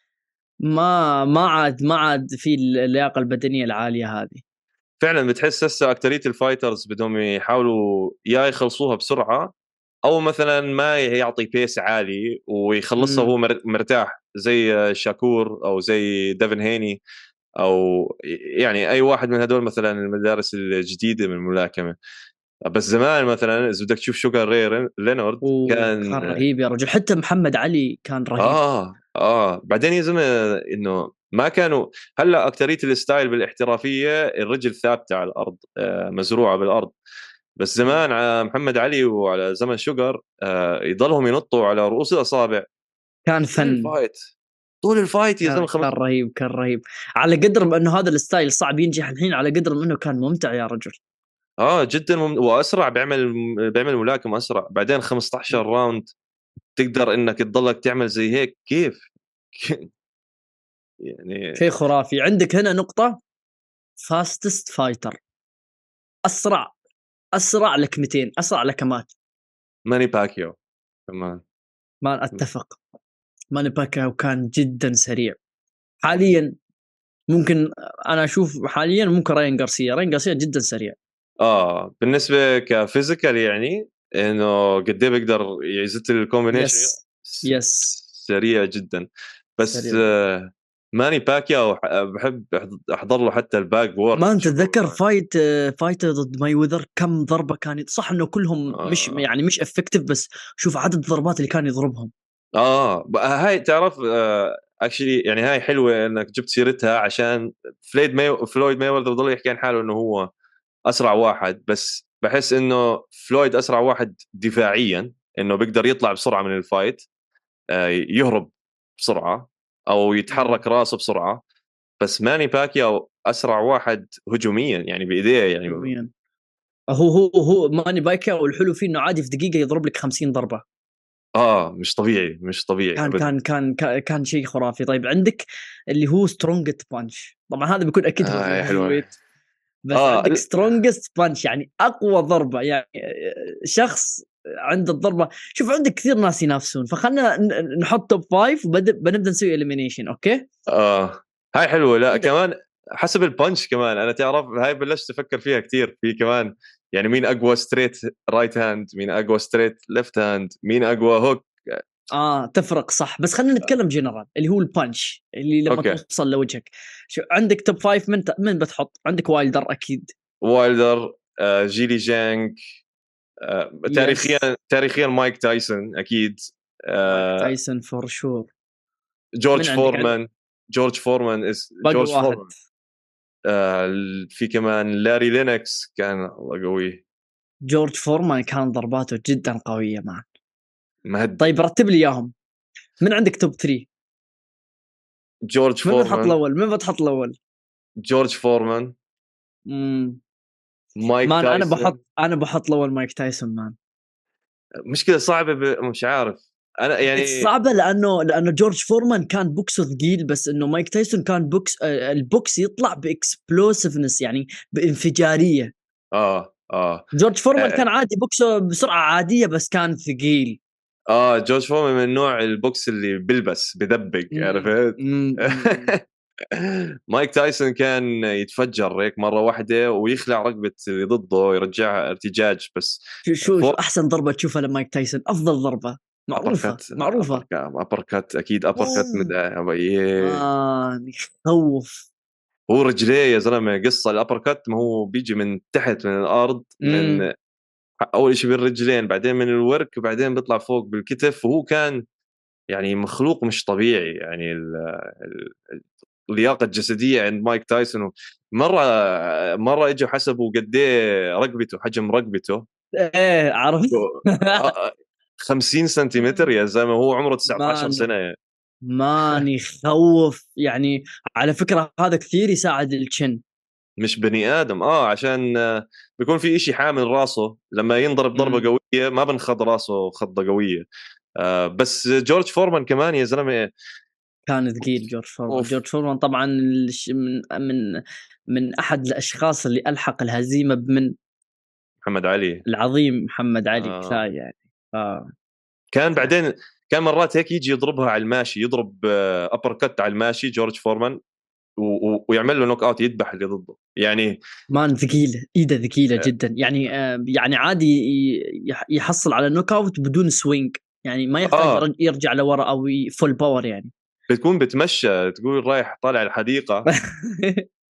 ما ما عاد ما عاد في اللياقه البدنيه العاليه هذه. فعلا بتحس هسه اكترية الفايترز بدهم يحاولوا يا يخلصوها بسرعة، او مثلا ما يعطي بيس عالي ويخلصها امم وهو مر- مرتاح، زي شاكور او زي ديفن هيني، او يعني اي واحد من هدول مثلا المدارس الجديدة من الملاكمة. بس زمان مثلا اذا بدك تشوف شوغر ري لينارد كان وكان رهيب يا رجل، حتى محمد علي كان رهيب. اه اه بعدين يا زلمه انه ما كانوا. هلا اكثريه الستايل بالاحترافيه الرجل ثابته على الارض، آه مزروعه بالارض. بس زمان على محمد علي وعلى زمن شوغر آه يضلهم ينطوا على رؤوس الاصابع كان طول فن. الفايت. طول الفايت يا كان زلمه خمس. كان رهيب، كان رهيب. على قدر ما انه هذا الستايل صعب ينجح الحين، على قدر ما انه كان ممتع يا رجل. اه جدا مم... واسرع، بيعمل بيعمل ملاكم اسرع. بعدين خمسة عشر راوند تقدر انك تضلك تعمل زي هيك كيف؟ يعني شيء خرافي. عندك هنا نقطة، فاستست فايتر، اسرع، اسرع لكمتين، اسرع لكمات. ماني باكيو كمان. ما اتفق. ماني باكاو كان جدا سريع. حاليا ممكن، انا اشوف حاليا ممكن راين غارسيا، راين غارسيا جدا سريع. اه بالنسبه كفيزيكال يعني انه قد ايه بيقدر يزت الكومبينيشن. يس. يس. سريع جدا. بس سريع جدا. آه ماني باكياو بحب احضر له حتى الباك وورك ما انت تشوفه. تتذكر فايت فايت ضد ماي وذر، كم ضربه كان، صح انه كلهم مش آه. يعني مش افكتيف، بس شوف عدد الضربات اللي كان يضربهم. اه هاي تعرف آه اكشلي يعني هاي حلوه انك جبت سيرتها، عشان فلويد ماي فلويد ماي بضل يحكي عن حاله انه هو اسرع واحد. بس بحس انه فلويد اسرع واحد دفاعيا، انه بيقدر يطلع بسرعه من الفايت، آه يهرب بسرعه او مم. يتحرك راسه بسرعه. بس ماني باكياو اسرع واحد هجوميا يعني بايديه يعني. يوميا. هو هو هو ماني بايكا، والحلو فيه انه عادي في دقيقه يضرب لك خمسين ضربه. اه مش طبيعي، مش طبيعي كان ابدا. كان كان كان, كان شيء خرافي. طيب عندك اللي هو سترونجست بانش، طبعا هذا بيكون اكيد هو اه هيفي حلوه. ويت. بس اه عندك سترونجست بانش يعني اقوى ضربه، يعني شخص عنده الضربه. شوف عندك كثير ناس ينافسون، فخلنا ن- نحط توب فايف وبنبدا نسوي اليمينيشن. اوكي. اه هاي حلوه. لا عندك كمان حسب البنش كمان، انا تعرف هاي بلشت افكر فيها كثير في كمان. يعني مين اقوى ستريت رايت هاند، مين اقوى ستريت ليفت هاند، مين اقوى هوك. اه تفرق صح، بس خلينا نتكلم جنرال اللي هو البانش اللي لما اوكي توصل لوجهك. شو عندك توب فايف؟ من ت... من بتحط؟ عندك وايلدر اكيد. وايلدر، آه جيلي جانج، آه يس. تاريخيا تاريخيا مايك تايسون اكيد، مايك آه تايسون فور شور. جورج من عندك؟ عندك فورمان. جورج فورمان اس باقي جورج واحد. فورمان. آه في كمان لاري لينكس كان الله قوي. جورج فورمان كان ضرباته جدا قويه معه. مهدي. طيب رتب لي اياهم. من عندك توب ثلاثة؟ جورج من بتحط فورمان. الاول؟ من بتحط الاول؟ جورج فورمان. امم مايك مان انا تايسون. بحط انا بحط الاول مايك تايسون مان. مشكلة صعبة ب... مش عارف أنا يعني. صعبه لانه لانه جورج فورمان كان بوكسه ثقيل، بس انه مايك تايسون كان بوكس، آه، البوكس يطلع باكسبلوسيفنس يعني بانفجاريه. آه آه جورج فورمان آه, كان عادي بوكسه بسرعه عاديه، بس كان ثقيل. آه جورج فورمان من نوع البوكس اللي بلبس بدبق، مم. عرفت. مم. مم. مايك تايسون كان يتفجر هيك مرة واحدة ويخلع رقبة اللي ضده يرجعها ارتجاج بس. شو شو شو فور احسن ضربه تشوفها لمايك تايسون؟ افضل ضربه معروفه أبركت. معروفه. أبركت أبركت أكيد أبركت اوه مد... مان يخوف. هو رجليه يا زلمه قصه الابركت، ما هو بيجي من تحت من الارض، امم من اول شيء بالرجلين بعدين من الورك بعدين بيطلع فوق بالكتف. وهو كان يعني مخلوق مش طبيعي يعني ال- ال- اللياقه الجسديه عند مايك تايسون. مره مره اجوا حسبوا قد ايه رقبته، حجم رقبته ايه عارف. خمسين سنتيمتر يا زلمه، هو عمره تسعة عشر مان سنه. مان يخوف يعني. على فكره هذا كثير يساعد الشن. مش بني ادم اه عشان آه، بيكون في إشي حامل راسه لما ينضرب ضربه امم قويه ما بنخض راسه خضه قويه. آه بس جورج فورمان كمان يا زلمه. كان ثقيل جورج فورمان. اوف. جورج فورمان طبعا الش- من من من احد الاشخاص اللي الحق الهزيمه من محمد علي. العظيم محمد علي آه كفايه يعني. اه كان بعدين كان مرات هيك يجي يضربها على الماشي، يضرب آه ابر كت على الماشي جورج فورمان و- و- ويعمل له نوك اوت، يذبح اللي ضده يعني. مان ثقيله، ايده ثقيله آه جدا يعني. آه يعني عادي ي- يح- يحصل على نوك اوت بدون سوينج، يعني ما يحتاج آه، يرج- يرجع لورا او فول باور يعني. بتكون بتمشى تقول رايح طالع الحديقه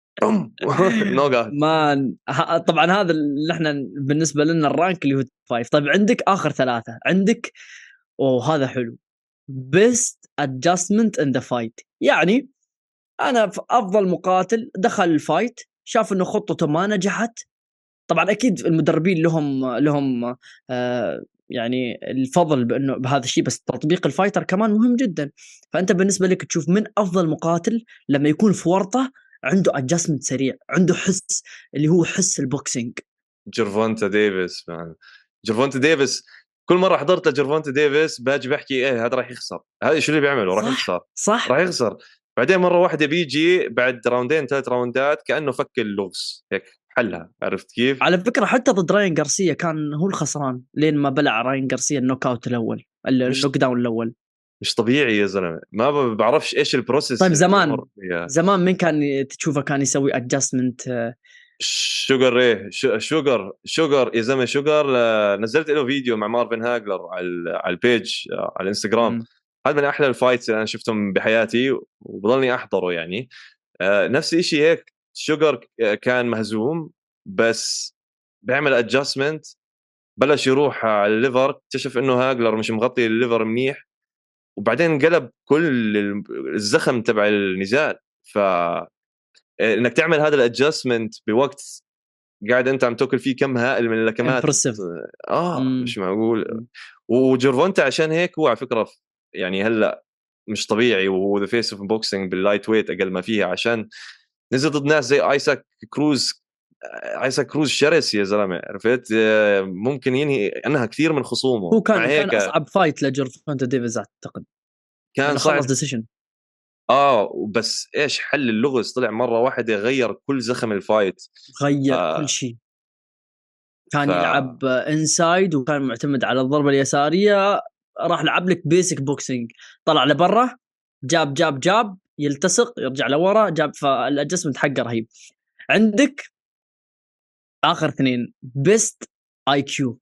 نوغا. مان ه- طبعا هذا اللي احنا بالنسبه لنا الرانك اللي هو فايف. طيب عندك اخر ثلاثه، عندك اوه هذا حلو، best adjustment in the fight. يعني انا في افضل مقاتل دخل الفايت شاف انه خطته ما نجحت. طبعا اكيد المدربين لهم لهم آه يعني الفضل بانه بهذا الشيء، بس تطبيق الفايتر كمان مهم جدا. فانت بالنسبه لك تشوف من افضل مقاتل لما يكون في ورطه عنده ادجستمنت سريع، عنده حس اللي هو حس البوكسينج. جيرفونتا ديفيس مان. جيرفونتا ديفيس كل مره حضرت لجيرفونتا ديفيس باجي بحكي ايه هذا راح يخسر، هذا شو اللي بيعمله، راح صح يخسر صح. راح يخسر. بعدين مره واحده بيجي بعد راوندين ثلاث راوندات كانه فك اللغز هيك حلها، عرفت كيف؟ على فكره حتى ضد راين غارسيا كان هو الخسران لين ما بلع راين غارسيا النوك اوت الاول، مش النوك داون الاول. مش طبيعي يا زلمه، ما ب- بعرفش ايش البروسيس طيب اللي زمان، بمر فيها. زمان من كان تشوفه كان يسوي ادجستمنت؟ شوغر ايه ش- شوغر شوغر يا زلمه شوغر. آه، نزلت له فيديو مع مارفن هاجلر على ال- على البيج، آه، على الانستغرام. هذا من احلى الفايتس اللي انا شفتهم بحياتي وبضلني احضره يعني. آه، نفس الشيء هيك شوغر كان مهزوم بس بيعمل ادجستمنت، بلش يروح على الليفر، اكتشف انه هاجلر مش مغطي الليفر منيح، وبعدين قلب كل الزخم تبع النزال. ف انك تعمل هذا الادجستمنت بوقت قاعد انت عم تاكل فيه كم هائل من اللكمات. امبرسيف. اه مش معقول. وجيرفونتا عشان هيك هو على فكره يعني هلا مش طبيعي، وهو ذا فيس اوف بوكسينج باللايت ويت اقل ما فيها، عشان نزل ضد ناس زي ايساك كروز. ايساك كروز شرس يا زلمه، عرفت؟ آه، ممكن ينهي انها كثير من خصومه هو مع كان كان هيك. اصعب فايت لجيرفونتا ديفيز اعتقد، كان لانه خلص صعب. ديسيشن. اه بس ايش حل اللغز، طلع مره واحده غير كل زخم الفايت. غير كل آه شيء. ف كان يلعب انسايد وكان معتمد على الضربه اليساريه، راح لعب لك بيسك بوكسينج، طلع لبرا، جاب جاب جاب يلتصق يرجع لورا جاب، فالادجستمنت حقه رهيب. عندك اخر اثنين بيست اي كيو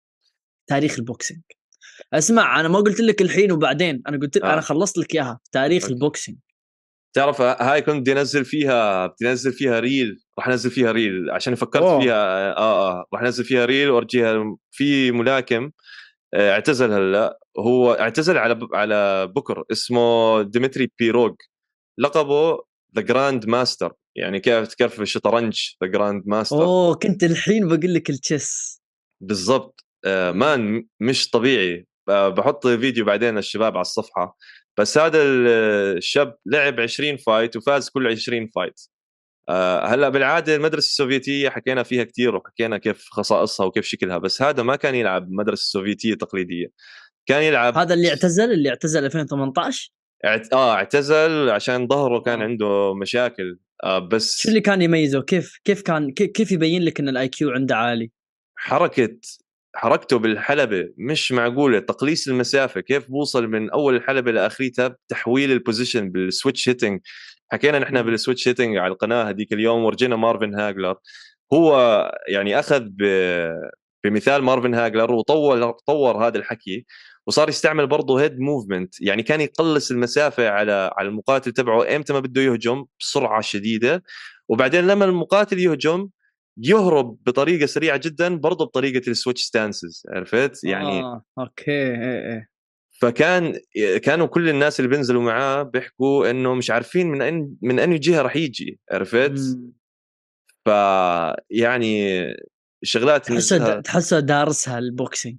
تاريخ البوكسينج. اسمع انا ما قلت لك الحين وبعدين، انا قلت انا آه. خلصت لك اياها تاريخ أوكي. البوكسينج. تعرف هاي كنت بدي انزل فيها بدي انزل فيها ريل، راح انزل فيها ريل عشان فكرت اوه فيها. اه اه راح انزل فيها ريل وارجيها في ملاكم. آه اعتزل هلا، هو اعتزل على ب... على بكر، اسمه ديمتري بيروغ، لقبه ذا جراند ماستر، يعني كيف تكرف الشطرنج ذا جراند ماستر. اوه كنت الحين بقول لك التشيس. بالضبط. آه مان مش طبيعي. آه بحط فيديو بعدين للشباب على الصفحة. بس هذا الشاب لعب عشرين فايت وفاز كل عشرين فايت. آه هلا بالعاده المدرسه السوفيتيه حكينا فيها كثير وحكينا كيف خصائصها وكيف شكلها، بس هذا ما كان يلعب المدرسه السوفيتيه التقليديه، كان يلعب. هذا اللي اعتزل اللي اعتزل ألفين وثمانية عشر. اعت... اه اعتزل عشان ظهره كان آه. عنده مشاكل. آه شو بس اللي كان يميزه؟ كيف كيف كان كيف, كيف يبين لك ان الاي كيو عنده عالي؟ حركه حركته بالحلبة مش معقولة، تقليص المسافة، كيف بوصل من أول الحلبة لآخريتها بتحويل البوزيشن بالسويتش هيتنج. حكينا نحن مم. بالسويتش هيتنج على القناة هذيك اليوم، ورجينا مارفن هاجلر. هو يعني أخذ ب... بمثال مارفن هاجلر وطور طور هذا الحكي، وصار يستعمل برضه هيد موفمنت، يعني كان يقلص المسافة على على المقاتل تبعه امتى ما بده يهجم بسرعة شديدة، وبعدين لما المقاتل يهجم يهرب بطريقه سريعه جدا برضه بطريقه السويتش ستانسز، عرفت يعني. اه اوكي ايه ايه. فكان كانوا كل الناس اللي بينزلوا معاه بيحكوا انه مش عارفين من أن من انهي جهه راح يجي، عرفت. مم. ف يعني الشغلات تحسه د- نزلها تحسه دارسها البوكسينج.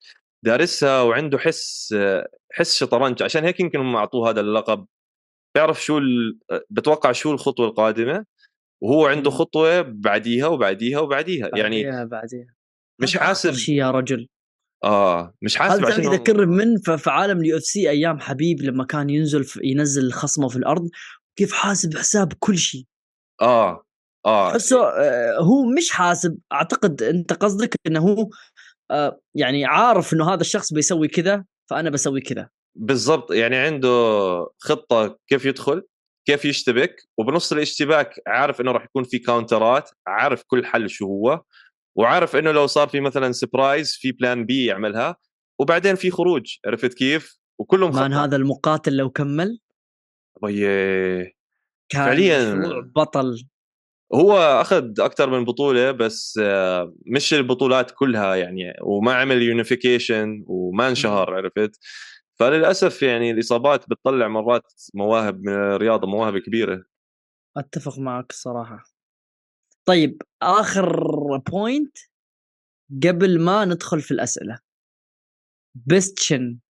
دارسها وعنده حس حس شطرنج، عشان هيك يمكن هم اعطوه هذا اللقب. بيعرف شو ال... بتوقع شو الخطوه القادمه، وهو عنده مم. خطوه بعديها وبعديها وبعديها يعني. بعديها بعديها. مش هذا اخطر حاسب. شيء يا رجل. اه مش هذا حاسب تعرف عشان يذكر هم... من ف- في عالم اليو اف سي ايام حبيب لما كان ينزل في ينزل خصمه في الارض، كيف حاسب حساب كل شيء. اه اه تحسه آه، هو مش حاسب، اعتقد انت قصدك انه هو آه، يعني عارف انه هذا الشخص بيسوي كذا فانا بسوي كذا. بالضبط، يعني عنده خطة كيف يدخل، كيف يشتبك، وبنص الاشتباك عارف انه راح يكون في كاونترات، عارف كل حل شو هو، وعارف انه لو صار في مثلا سبرايز في بلان بي يعملها، وبعدين في خروج، عرفت كيف، وكله مان مخطط. هذا المقاتل لو كمل طيب كان فعليا مشروع بطل. هو اخذ اكثر من بطوله بس آه، مش البطولات كلها يعني، وما عمل يونيفيكيشن وما مم. انشهر، عرفت؟ فللاسف يعني الاصابات بتطلع مرات مواهب من الرياضه، مواهب كبيره. اتفق معك الصراحه. طيب اخر بوينت قبل ما ندخل في الاسئله، بيستشن.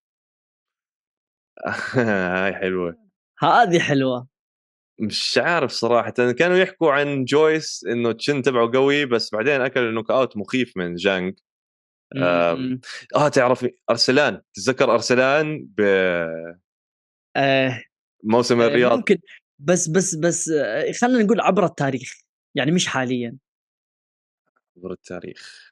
هاي حلوه. هذه حلوه. مش عارف صراحه، كانوا يحكوا عن جويس انه التشن تبعه قوي، بس بعدين اكل نوك اوت مخيف من جانج. اه, مم. آه تعرف ارسلان؟ تتذكر ارسلان آه بموسم آه الرياض؟ ممكن. بس بس بس آه خلينا نقول عبر التاريخ، يعني مش حاليا. عبر التاريخ.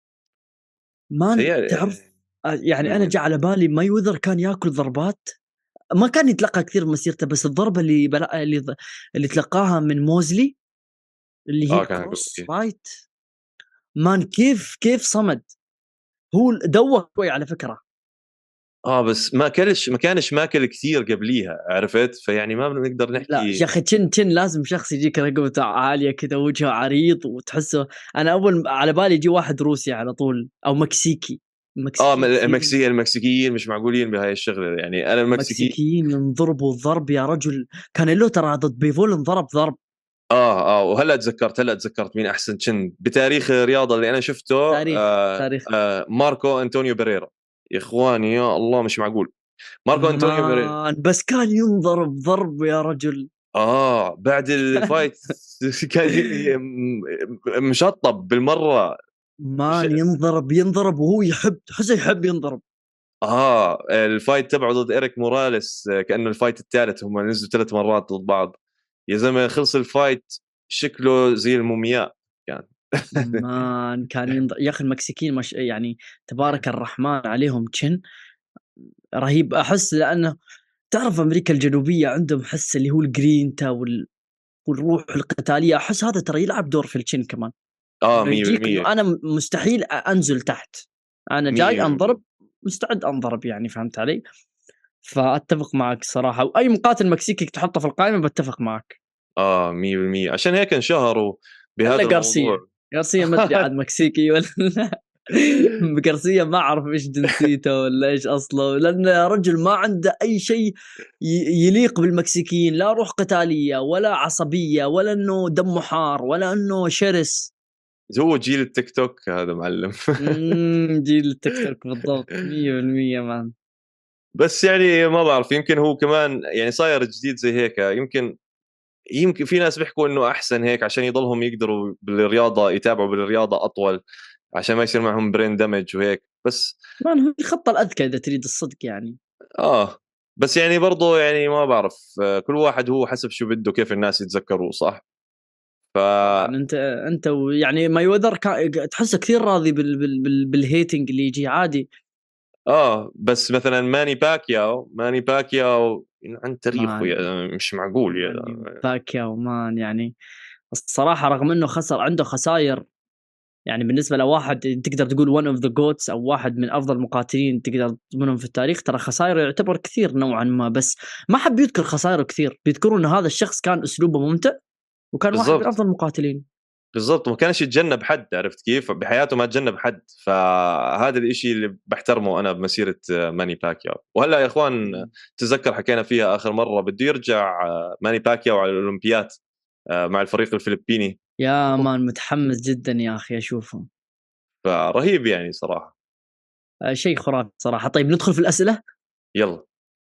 ما تخيل. تعرف. آه يعني انا مم. جاء على بالي ما يوذر كان ياكل ضربات، ما كان يتلقى كثير مسيرته، بس الضربه اللي بلا... اللي اللي تلقاها من موزلي اللي هي اه كان كروس قوي. رايت. مان كيف كيف صمد. هو دوخ شوي على فكره. اه بس ما كلش، ما كانش ماكل كثير قبليها، عرفت؟ فيعني ما بنقدر لا يا نحكي. اخي، تشن تشن لازم شخص يجيك رقبته عاليه كذا، وجهه عريض وتحسه. انا اول على بالي يجي واحد روسي على طول او مكسيكي. اه المكسيكيين كثير. المكسيكيين المكسيكيين مش معقولين بهاي الشغله يعني، انا المكسيكي. المكسيكيين انضربوا ضرب يا رجل. كان له ترى ضد بيفول انضرب ضرب. اه اه وهلا تذكرت، هلا تذكرت مين احسن تشن بتاريخ الرياضه اللي انا شفته. تاريخ آه تاريخ. آه ماركو انطونيو بيريرا. يا اخواني يا الله مش معقول. ماركو انطونيو بيريرا. مان بس كان ينضرب ضرب يا رجل. اه بعد الفايت كان ي- م- مشطب بالمره. مش مان ينضرب ينضرب وهو يحب، تحسه يحب ينضرب. اه الفايت تبعه ضد إيريك موراليس، آه، كأنه الفايت الثالث، هم نزلوا ثلاث مرات ضد بعض. يا زلمه خلص الفايت شكله زي المومياء كان. مان كان ينضرب يا اخي. المكسيكيين مش يعني تبارك الرحمن عليهم تشن رهيب. احس لانه تعرف امريكا الجنوبيه عندهم حس اللي هو الجرينتا وال... والروح القتاليه. احس هذا ترى يلعب دور في التشين كمان. اه انه يجيك انه مية بالمية. انا م- مستحيل أ- انزل تحت. انا جاي مية بالمية. انضرب، مستعد انضرب يعني. فهمت علي؟ فاتفق معك الصراحه، واي مقاتل مكسيكي تحطه في القائمه بتفق معك. اه مية بالمية، عشان هيك انشهروا الا بهذا غارسيا. الموضوع. غارسيا ما ادري عاد مكسيكي ولا لا. غارسيا ما اعرف ايش جنسيته ولا ايش اصله، لان يا رجل ما عنده اي شيء ي- يليق بالمكسيكيين. لا روح قتاليه ولا عصبيه ولا انه دمه حار ولا انه شرس. هو جيل التيك توك هذا معلم. امم جيل التيك توك بالضبط مية بالمية مان. بس يعني ما بعرف، يمكن هو كمان يعني صاير جديد زي هيك، يمكن يمكن في ناس بيحكوا انه احسن هيك عشان يضلهم يقدروا بالرياضه، يتابعوا بالرياضه اطول، عشان ما يصير معهم برين دامج وهيك بس. مان هو الخطه الاذكى اذا تريد الصدق يعني. اه بس يعني برضو يعني ما بعرف، آه، كل واحد هو حسب شو بده، كيف الناس يتذكروه صح. ف طبعا انت انت و- يعني ما يودر كا- تحسه كثير راضي بال بال بال بالهيتنج اللي يجي عادي. اه بس مثلا ماني باكياو، ماني باكياو عن تاريخه مان يا زلمة، مش معقول يا ماني زلمة. باكياو مان يعني. الصراحة رغم انه خسر عنده خسائر، يعني بالنسبة لواحد تقدر تقول one of the goats او واحد من افضل المقاتلين تقدر منهم في التاريخ، ترى خسائره يعتبر كثير نوعا ما. بس ما حب يذكر خسائره كثير، بيذكروا ان هذا الشخص كان اسلوبه ممتع وكان واحد من بالضبط. افضل المقاتلين. بالضبط ما كانش يتجنب حد، عرفت كيف؟ بحياته ما تجنب حد، فهذا الاشي اللي بحترمه انا بمسيرة آه، ماني باكياو. وهلا يا اخوان تذكر حكينا فيها اخر مرة، بده يرجع آه، ماني باكياو على الاولمبيات آه، مع الفريق الفلبيني. يا مان متحمس جدا يا اخي اشوفه. فرهيب يعني صراحة. آه، شيء خرافي صراحة. طيب ندخل في الأسئلة. يلا.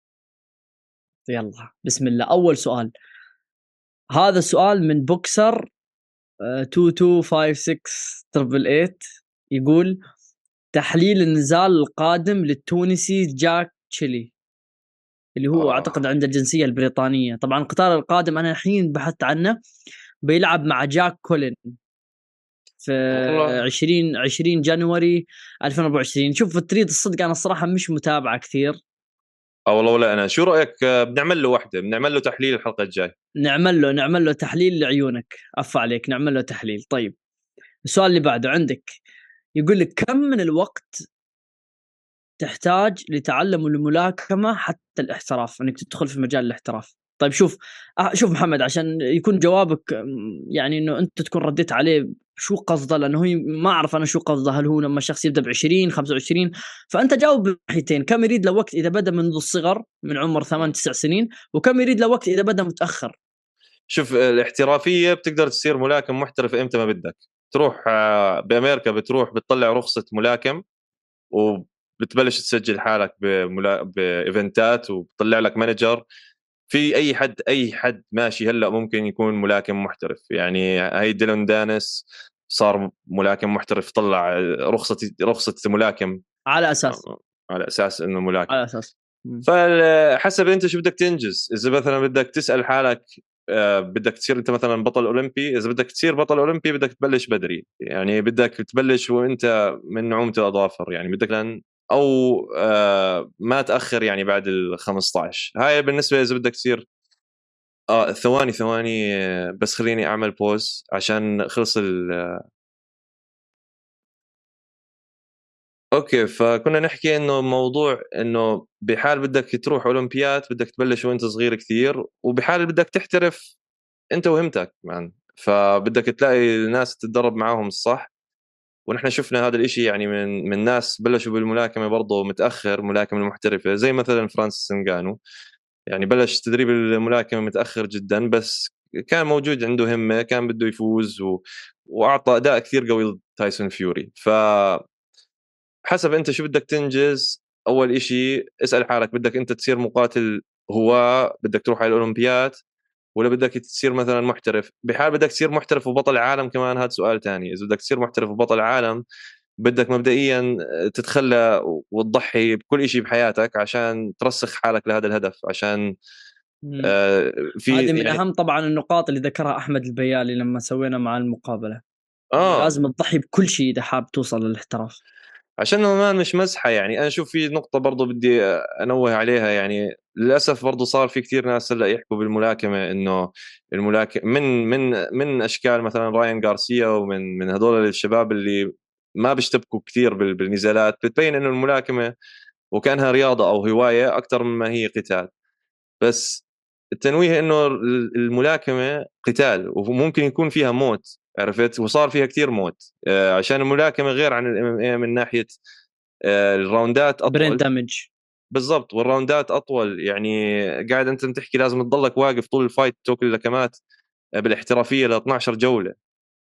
يلا بسم الله. أول سؤال، هذا السؤال من بوكسر آه، اثنين اثنين خمسة ستة تربل ثمانية. يقول تحليل النزال القادم للتونسي جاك تشيلي، اللي هو آه. أعتقد عنده الجنسية البريطانية. طبعا القتال القادم أنا الحين بحثت عنه، بيلعب مع جاك كولين في والله عشرين عشرين جانوري ألفين وأربعة وعشرين. شوف تريد الصدق أنا الصراحة مش متابعة كثير. اه والله ولا انا، شو رايك آه، بنعمل له وحده، بنعمل له تحليل الحلقه الجاي. نعمل له نعمل له تحليل لعيونك. عفا عليك، نعمل له تحليل. طيب السؤال اللي بعده عندك، يقول لك كم من الوقت تحتاج لتعلم الملاكمة حتى الاحتراف، انك تدخل في مجال الاحتراف؟ طيب شوف آه، شوف محمد، عشان يكون جوابك م، يعني انه انت تكون رديت عليه شو قصده، لانه هي ما اعرف انا شو قصده. هل هو لما شخص يبدا ب عشرين خمسة وعشرين؟ فانت جاوب من ناحيتين، كم يريد له وقت اذا بدا منذ الصغر من عمر ثمانية تسع سنين، وكم يريد له وقت اذا بدا متاخر. شوف الاحترافيه بتقدر تصير ملاكم محترف امتى ما بدك. تروح آه، بامريكا بتروح بتطلع رخصه ملاكم، وبتبلش تسجل حالك بملا... بايفنتات، وبتطلع لك مانجر. في اي حد اي حد ماشي هلا ممكن يكون ملاكم محترف. يعني هي ديلون دانس صار ملاكم محترف، طلع رخصه رخصه ملاكم على اساس على اساس انه ملاكم. على اساس مم. فحسب انت شو بدك تنجز. اذا مثلا بدك تسال حالك آه، بدك تصير انت مثلا بطل اولمبي، اذا بدك تصير بطل اولمبي بدك تبلش بدري. يعني بدك تبلش وانت من نعومه الاظافر، يعني بدك لان او آه، ما تاخر يعني بعد ال خمسطعش. هاي بالنسبه اذا بدك تصير. اه ثواني ثواني آه، بس خليني اعمل بوز عشان خلص ال. اوكي، فكنا نحكي انه موضوع انه بحال بدك تروح اولمبيات بدك تبلش وانت صغير كثير، وبحال بدك تحترف انت وهمتك مان، فبدك تلاقي ناس تتدرب معاهم الصح. ونحن شفنا هذا الاشي يعني من من ناس بلشوا بالملاكمه برضه متاخر، ملاكمه المحترفه زي مثلا فرانسيس نغانو. يعني بلش تدريب الملاكمه متاخر جدا، بس كان موجود عنده همه، كان بده يفوز و... واعطى اداء كثير قوي ضد تايسون فيوري. ف حسب انت شو بدك تنجز. اول اشي اسال حالك بدك انت تصير مقاتل هواة، بدك تروح على الاولمبيات، ولا بدك تصير مثلا محترف. بحال بدك تصير محترف وبطل عالم كمان هذا سؤال تاني. اذا بدك تصير محترف وبطل عالم بدك مبدئيا تتخلى وتضحي بكل شيء بحياتك عشان ترسخ حالك لهذا الهدف. عشان مم. آه، في هذه من يعني اهم طبعا النقاط اللي ذكرها احمد البيالي لما سوينا مع المقابله، انه اه لازم تضحي بكل شيء اذا حاب توصل للاحتراف. عشان ما مش مزحه. يعني انا شوف في نقطه برضو بدي انوه عليها. يعني للاسف برضو صار في كثير ناس هلا يحكوا بالملاكمه انه الملاكم من من من اشكال مثلا راين غارسيا ومن من هذول الشباب اللي ما بيشتبكوا كثير بال- بالنزالات، بتبين انه الملاكمه وكانها رياضه او هوايه اكثر مما هي قتال. بس التنويه انه الملاكمه قتال وممكن يكون فيها موت، عرفت؟ وصار فيها كثير موت آه، عشان الملاكمه غير عن الام ام اي من ناحيه آه، الراوندات برين اطول. دامج. بالضبط، والراوندات اطول. يعني قاعد انت تحكي لازم تضلك واقف طول الفايت توكل لكمات آه، بالاحترافيه ل اثنعش جوله.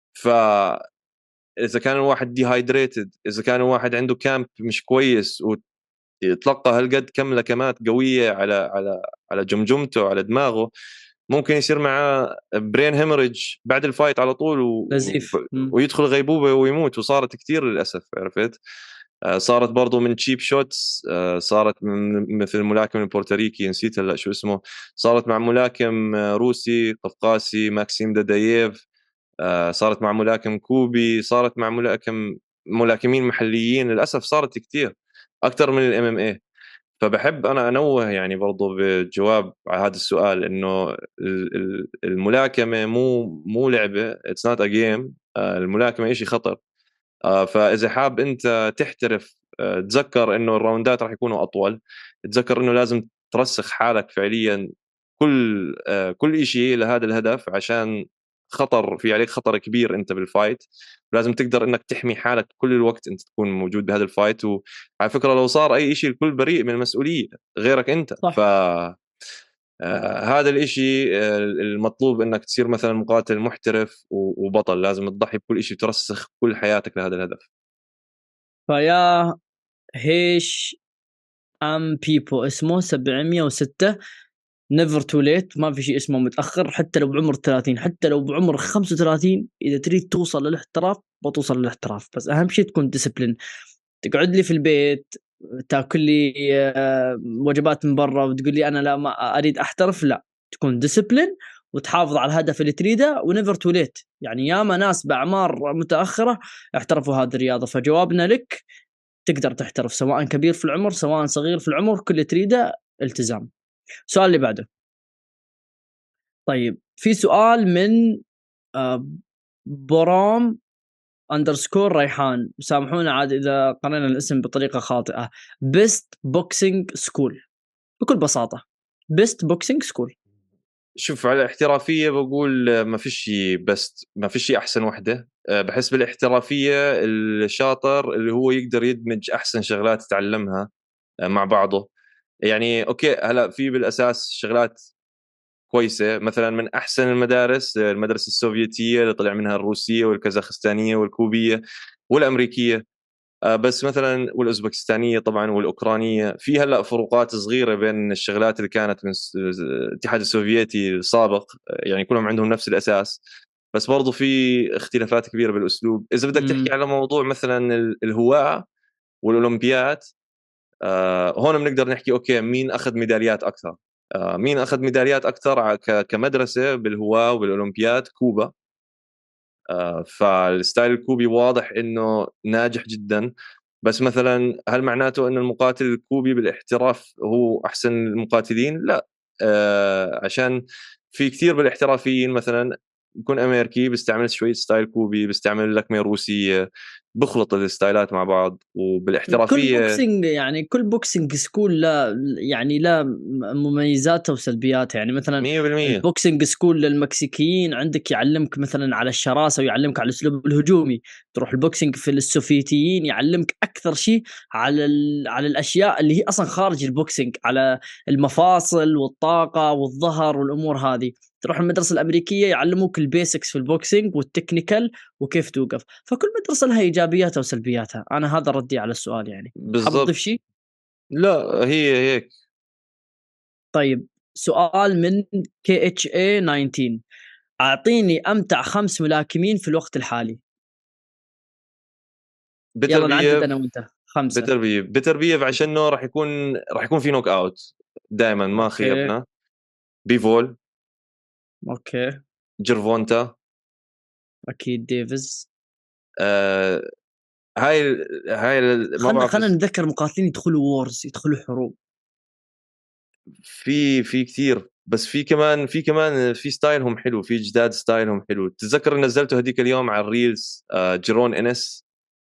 فاذا كان الواحد ديهايدريتد، اذا كان الواحد عنده كامب مش كويس ويتلقى هالقد كم لكمات قويه على على على جمجمته على دماغه، ممكن يصير معاه برين هيموريدج بعد الفايت على طول و... نزيف. مم. ويدخل غيبوبه ويموت. وصارت كثير للاسف، عرفت؟ آه، صارت برضو من تشيب شوتس. آه، صارت من مثل الملاكم البورتوريكي نسيت هلا شو اسمه. صارت مع ملاكم آه، روسي قفقاسي ماكسيم داداييف. آه، صارت مع ملاكم كوبي. صارت مع ملاكم ملاكمين محليين. للاسف صارت كثير اكثر من الام ام اي. فبحب انا انوه يعني برضو بالجواب على هذا السؤال انه ال- ال- الملاكمه مو مو لعبه. اتس نوت ا جيم. الملاكمه شيء خطر. آه، فاذا حاب انت تحترف آه، تذكر انه الراوندات راح يكونوا اطول. تذكر انه لازم ترسخ حالك فعليا كل آه، كل شيء لهذا الهدف، عشان خطر في عليك خطر كبير انت بالفايت. لازم تقدر انك تحمي حالك كل الوقت انت تكون موجود بهذا الفايت. وعلى فكره لو صار اي شيء الكل بريء من المسؤوليه غيرك انت. ف صح. آه، هذا الاشي آه، المطلوب انك تصير مثلا مقاتل محترف و- وبطل. لازم تضحي بكل شيء، ترسخ كل حياتك لهذا الهدف. فيا هيش ام بيبو اسمه سبعمية وستة، نيفر تو ليت، ما في شيء اسمه متاخر. حتى لو بعمر ثلاثين، حتى لو بعمر خمسة وثلاثين، اذا تريد توصل للاحتراف بتوصل للاحتراف. بس اهم شيء تكون ديسيبلين. تقعد لي في البيت تاكل لي آه، وجبات من برا وتقول لي انا لا ما اريد احترف، لا. تكون ديسيبلين وتحافظ على الهدف اللي تريده، ونيفر تو ليت. يعني ياما ناس باعمار متاخره احترفوا هذه الرياضه. فجوابنا لك، تقدر تحترف سواء كبير في العمر سواء صغير في العمر، كل اللي تريده التزام. السؤال اللي بعده. طيب في سؤال من آه، برام اندرسكور ريحان، سامحونا عاد اذا قرينا الاسم بطريقه خاطئه. بيست بوكسينج سكول، بكل بساطه، بيست بوكسينج سكول. شوف على الاحترافيه بقول ما فيش شيء، بس ما فيش شيء احسن وحده. أه، بحس بالاحترافيه الشاطر اللي هو يقدر يدمج احسن شغلات يتعلمها أه، مع بعضه. يعني اوكي هلا في بالاساس شغلات كويسه، مثلا من احسن المدارس المدرسه السوفيتيه اللي طلع منها الروسيه والكازاخستانيه والكوبيه والامريكيه. آه، بس مثلا والاوزبكستانيه طبعا والاوكرانيه، في هلا فروقات صغيره بين الشغلات اللي كانت من الس- الاتحاد السوفيتي السابق. آه، يعني كلهم عندهم نفس الاساس، بس برضو في اختلافات كبيره بالاسلوب. اذا بدك تحكي امم على موضوع مثلا ال- الهواة والاولمبيات، آه، هون بنقدر نحكي اوكي مين اخذ ميداليات اكثر. آه، مين اخذ ميداليات اكثر ع- ك- كمدرسه بالهواة وبالاولمبياد؟ كوبا. آه، فالستايل الكوبي واضح انه ناجح جدا. بس مثلا هل معناته ان المقاتل الكوبي بالاحتراف هو احسن المقاتلين؟ لا. آه، عشان في كثير بالاحترافيين مثلا بيكون امريكي بيستعمل شويه ستايل كوبي، بيستعمل لكمه روسيه، بخلط الستايلات مع بعض كل وبالاحترافيه. بوكسينج يعني كل بوكسينج سكول لا يعني لا مميزاتها وسلبياتها. يعني مثلا مية بالمية. البوكسينج سكول للمكسيكيين عندك يعلمك مثلا على الشراسة ويعلمك على الأسلوب الهجومي. تروح البوكسينج في السوفيتيين يعلمك أكثر شيء على ال... على الأشياء اللي هي أصلا خارج البوكسينج، على المفاصل والطاقة والظهر والأمور هذه. تروح المدرسة الأمريكية يعلموك البيسكس في البوكسينج والتكنيكال وكيف توقف. فكل مدرسة لها إيجابياتها وسلبياتها. أنا هذا ردي على السؤال. يعني حاب تضيف بالضبط. شيء؟ لا هي هيك. طيب، سؤال من كي اتش اي تسعة عشر. أعطيني أمتع خمس ملاكمين في الوقت الحالي. يلا نعدد أنا بتربية. وأنت. خمسة. بتربية بتربية عشانه راح يكون راح يكون في نوك اوت دائما ما أوكي. خيبنا. بيفول. أوكي. جيرفونتا. أكيد ديفيز. آه هاي هاي ال- ما خلنا بعرف خلنا إيش- نتذكر مقاتلين يدخلوا وورز، يدخلوا حروب. في في كثير، بس في كمان في كمان في ستايلهم حلو، في جداد ستايلهم حلو. تتذكر نزلته هديك اليوم على الريلز آه جيرون انس.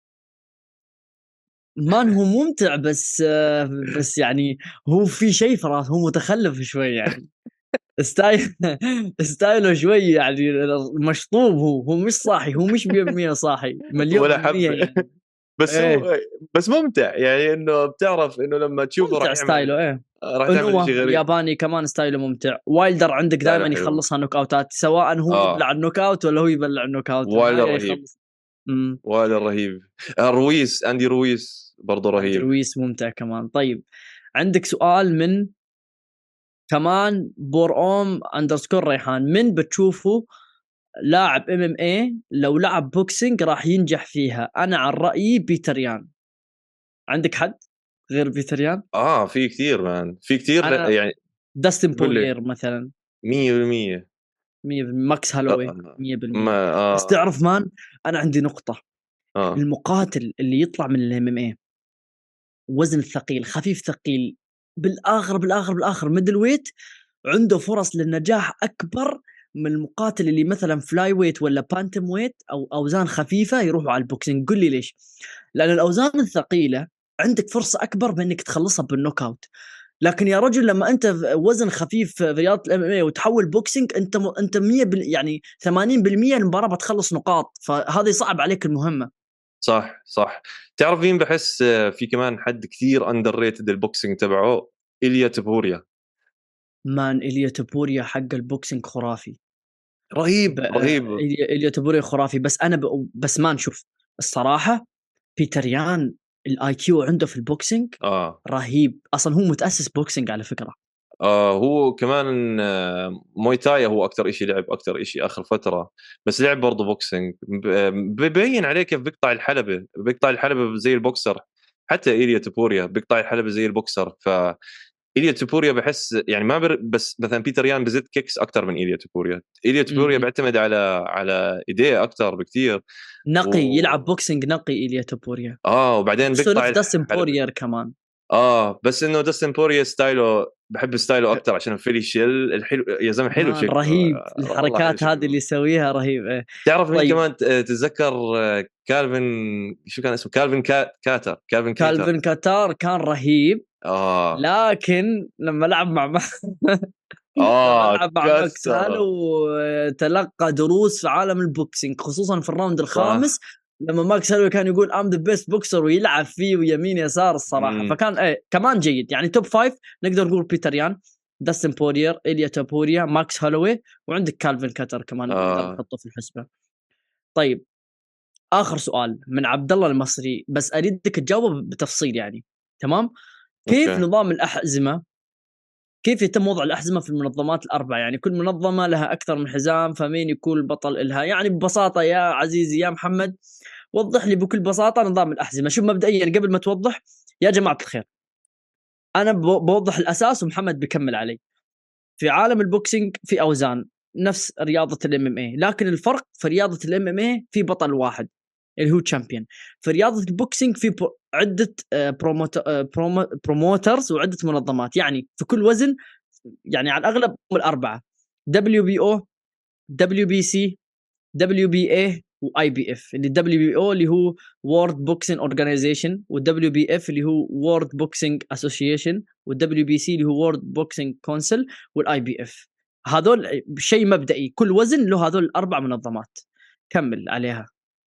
مان هو ممتع، بس آه، بس يعني هو في شيء في راسه، هو متخلف شوي يعني. ستايل ستايله شوي يعني مشطوب. هو هو مش صاحي، هو مش مية بالمية صاحي، مليون ولا بالمية حبة. يعني. بس ايه، هو بس ممتع، يعني انه بتعرف انه لما تشوفه راح ممتع يعمل ستايله. ايه، راح تعمل انوا شيء غريب. الياباني كمان ستايله ممتع. وايلدر عندك لا لا دائما حلو. يخلصها نوك اوتات، سواء هو اه يبلع النوك اوت ولا هو يبلع النوك اوت، وايلر النهاية رهيب. يخلص. امم وايلر رهيب. آه رويس، اندي رويس برضه اندرو رهيب. لويس ممتع كمان. طيب، عندك سؤال من كمان بور اوم اندرسكور ريحان. من بتشوفه لاعب ام ام اي لو لعب بوكسينج راح ينجح فيها؟ انا عن رايي بيتر يان. عندك حد غير بيتر يان؟ اه في كثير مان، في كثير ل- انا يعني. داستن قول لي. بوريير مثلا. مية بالمية. مية بالمية ماكس هالوي. آه مية بالمية. ما بس اه تعرف مان، انا عندي نقطة. اه المقاتل اللي يطلع من الام ام اي وزن ثقيل خفيف ثقيل، بالاخر بالاخر بالاخر ميدل ويت، عنده فرص للنجاح اكبر من المقاتل اللي مثلا فلاي ويت ولا بانتم ويت او اوزان خفيفه يروحوا على البوكسينج. قل لي ليش؟ لان الاوزان الثقيله عندك فرصه اكبر بانك تخلصها بالنوك اوت. لكن يا رجل لما انت وزن خفيف في رياضه الام ام اي وتحول بوكسينج، انت م... انت مية بال... يعني ثمانين بالمية المباراه بتخلص نقاط، فهذا يصعب عليك المهمه. صح صح. تعرف مين بحس آه، في كمان حد كثير اندر ريتد البوكسينج تبعه؟ إيليا تبوريا. مان إيليا تبوريا حق البوكسينج خرافي. ب... رهيب آه، رهيب. إيليا إيليا تبوريا خرافي. بس انا ب... بس ما نشوف الصراحه. بيتر يان الاي كيو عنده في البوكسينج اه رهيب. اصلا هو متاسس بوكسينج على فكره. آه هو كمان آه موي تاي هو اكثر شيء لعب، اكثر شيء اخر فتره. بس لعب برضه بوكسينج، ب- ببين عليه كيف بيقطع الحلبه، بيقطع الحلبه زي البوكسر. حتى إيليا تبوريا بيقطع الحلبه زي البوكسر. ف إيليا تبوريا بحس يعني ما بر... بس مثلا بيتر يان بزت كيكس اكثر من إيليا تبوريا. إيليا تبوريا م-م. بيعتمد على على ايديه اكثر بكثير. نقي، يلعب و بوكسينج نقي إيليا تبوريا. اه وبعدين نفسه بيقطع نفس داستن الحلبه. بورير كمان. اه بس انه داستن بوريا ستايله، بحب ستايله اكثر عشان الفيلي شيل الحلو يا زلمه، حلو مان شكله. رهيب، آه، والله حلو الحركات هذه اللي شكله. يسويها رهيب. إيه. تعرف مين طيب، كمان ت- تتذكر آه، كالفن؟ شو كان اسمه؟ كالفن كا... كاتر كالفن كيتر. كالفين كاتار كان رهيب. اه لكن لما لعب مع اه لعب مع ماكس هالو كسر. وتلقى دروس في عالم البوكسينج، خصوصا في الراوند الخامس صح. لما ماكس هالو كان يقول ام ذا بيست بوكسر ويلعب فيه ويمين يسار الصراحه. مم. فكان ايه كمان جيد يعني. توب فايف نقدر نقول بيتر يان، داستن بورير، إيليا تابوريا، ماكس هالوي، وعندك كالفين كاتر كمان نقدر آه. نحطه في الحسبه. طيب اخر سؤال من عبد الله المصري، بس اريدك تجاوب بتفصيل يعني. تمام. كيف اوكي. نظام الاحزمه، كيف يتم وضع الأحزمة في المنظمات الأربعة؟ يعني كل منظمة لها أكثر من حزام، فمين يكون البطل إلها؟ يعني ببساطة يا عزيزي يا محمد، وضح لي بكل بساطة نظام الأحزمة. شوف مبدئيا قبل ما توضح يا جماعة الخير، أنا بو- بوضح الأساس ومحمد بيكمل علي. في عالم البوكسينج في أوزان نفس رياضة الام ام اي، لكن الفرق في رياضة الام ام اي في بطل واحد اللي هو تشامبيون. في رياضة البوكسينج في برو- عدة آه، بروموت آه، برومو- بروموترز وعدة منظمات. يعني في كل وزن، يعني على الاغلب هم الاربعه: دبليو بي او، دبليو بي سي، دبليو بي اي، واي بي اف. اللي دبليو بي او اللي هو وورد بوكسينج اورجانيزيشن، والدبليو بي اف اللي هو وورد بوكسينج اسوسيشن، والدبليو بي سي اللي هو وورد بوكسينج كونسل، والاي بي اف. هذول شيء مبدئي، كل وزن له هذول الاربع منظمات. كمل عليها.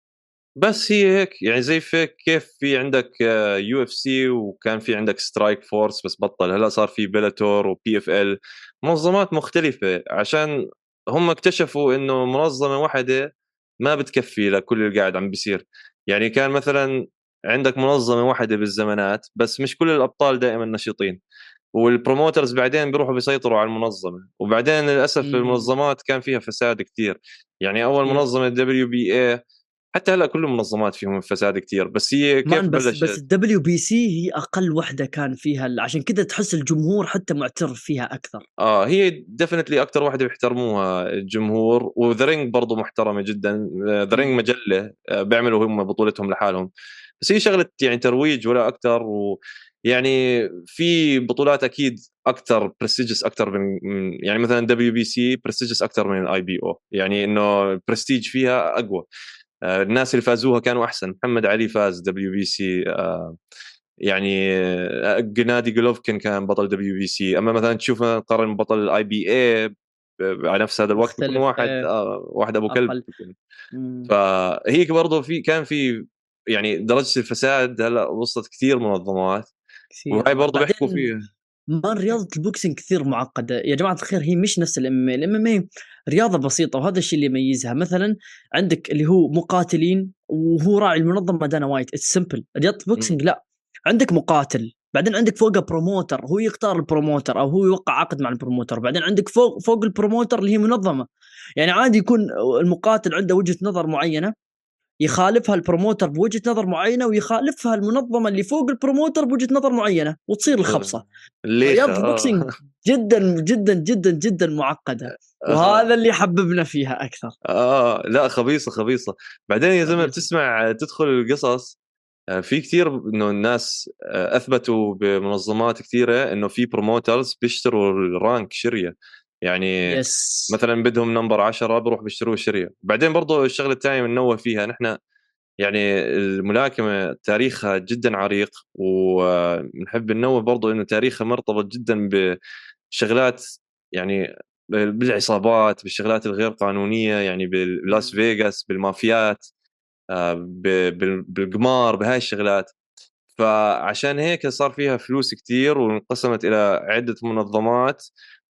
بس هي هيك يعني زي فيك كيف في عندك يو اف سي وكان في عندك سترايك فورس بس بطل، هلا صار في بيلاتور وبي اف ال، منظمات مختلفة عشان هم اكتشفوا انه منظمة واحدة ما بتكفي لكل اللي قاعد عم بيصير. يعني كان مثلا عندك منظمة واحدة بالزمانات بس مش كل الابطال دائما نشيطين، والبروموترز بعدين بيروحوا بيسيطروا على المنظمة، وبعدين للاسف مم. المنظمات كان فيها فساد كتير. يعني اول كثير. منظمة دبليو بي اي، حتى هلا كل المنظمات فيهم فساد كتير، بس هي كيف مان بس بس بلشت. الدبليو بي سي هي اقل وحده كان فيها ال- عشان كذا تحس الجمهور حتى معترف فيها اكثر. اه هي ديفنتلي اكثر واحده بيحترموها الجمهور، وذا رينج برضه محترمه جدا. ذا رينج مم. مجله آه، بيعملوا هم بطولتهم لحالهم، بس هي شغله يعني ترويج ولا اكثر. ويعني في بطولات اكيد اكثر برستيجس اكثر من من- يعني مثلا دبليو بي سي برستيجس اكثر من الاي بي او، يعني انه البرستيج فيها اقوى. آه، الناس اللي فازوها كانوا احسن. محمد علي فاز دبليو بي سي، يعني آه، جنادي جولوفكين كان بطل دبليو بي سي. اما مثلا تشوف قارن بطل الاي بي اي على نفس هذا الوقت بيكون مختلف واحد ايه. آه واحد ابو كلب اقل. بيكون. مم. فهيك برضه في كان في يعني درجه الفساد هلا وصلت كثير منظمات، كثير وهي مان. برضه بيحكوا بعدين فيها. مان رياضة البوكسينج كثير معقدة يا جماعة الخير. هي مش نفس الام ام اي. الام ام اي رياضة بسيطة، وهذا الشيء اللي يميزها. مثلا عندك اللي هو مقاتلين وهو راعي المنظمة دانا وايت، اتس سمبل. رياضة البوكسينج لا، عندك مقاتل، بعدين عندك فوقه بروموتر هو يختار البروموتر او هو يوقع عقد مع البروموتر، بعدين عندك فوق فوق البروموتر اللي هي منظمة. يعني عادي يكون المقاتل عنده وجهة نظر معينة، يخالفها البروموتر بوجهة نظر معينة، ويخالفها المنظمة اللي فوق البروموتر بوجهة نظر معينة، وتصير الخبصة. الليخه رياضة اه. البوكسينج جدا جدا جدا جدا معقدة، وهذا اللي حببنا فيها أكثر. اه لا خبيصه خبيصه. بعدين يا زلمه خبيث. بتسمع تدخل القصص، آه، في كثير انه الناس آه، اثبتوا بمنظمات كثيره انه في بروموترز بيشتروا الرانك شريه. يعني يس. مثلا بدهم نمبر عشرة بروح بيشتروه شريه. بعدين برضو الشغله الثانيه بننوه فيها نحن، يعني الملاكمه تاريخها جدا عريق، ونحب ننوه برضو انه تاريخها مرتبط جدا بشغلات، يعني بالعصابات، بالشغلات الغير قانونيه، يعني بلاس مم. فيغاس، بالمافيات، آه، ب- بال- بالقمار، بهاي الشغلات. فعشان هيك صار فيها فلوس كتير وانقسمت إلى عدة منظمات،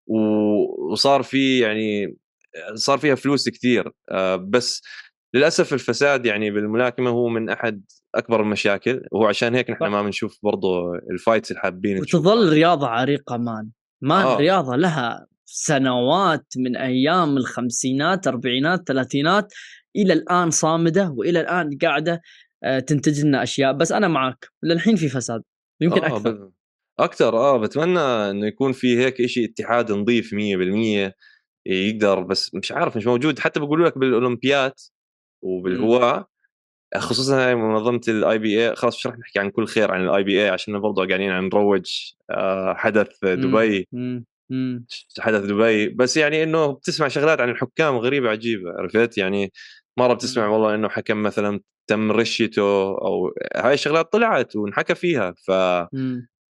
و- وصار في يعني صار فيها فلوس كتير. آه، بس للأسف الفساد يعني بالملاكمة هو من أحد أكبر المشاكل، وهو عشان هيك نحن صح. ما بنشوف برضو الفايتس اللي حابين نشوفها. وتظل رياضة عريقة مان. مان آه رياضة لها سنوات، من أيام الخمسينات أربعينات ثلاثينات إلى الآن صامدة، وإلى الآن قاعدة آه، تنتج لنا أشياء. بس أنا معك للحين في فساد، يمكن آه أكثر. ب... أكتر. آه بتمنى إنه يكون في هيك إشي اتحاد نظيف مية بالمية يقدر، بس مش عارف مش موجود. حتى بقولوا لك بالأولمبيات مم. وبالهواء، خصوصا هاي منظمه الاي بي اي. خلاص مش رح نحكي عن كل خير عن الاي بي اي عشان برضه قاعدين عن نروج آه، حدث مم. دبي. مم. مم. حدث دبي بس يعني انه بتسمع شغلات عن الحكام غريبه عجيبه، عرفت يعني. مره بتسمع مم. والله انه حكم مثلا تم رشيته، او هاي الشغلات طلعت ونحكى فيها. ف مم.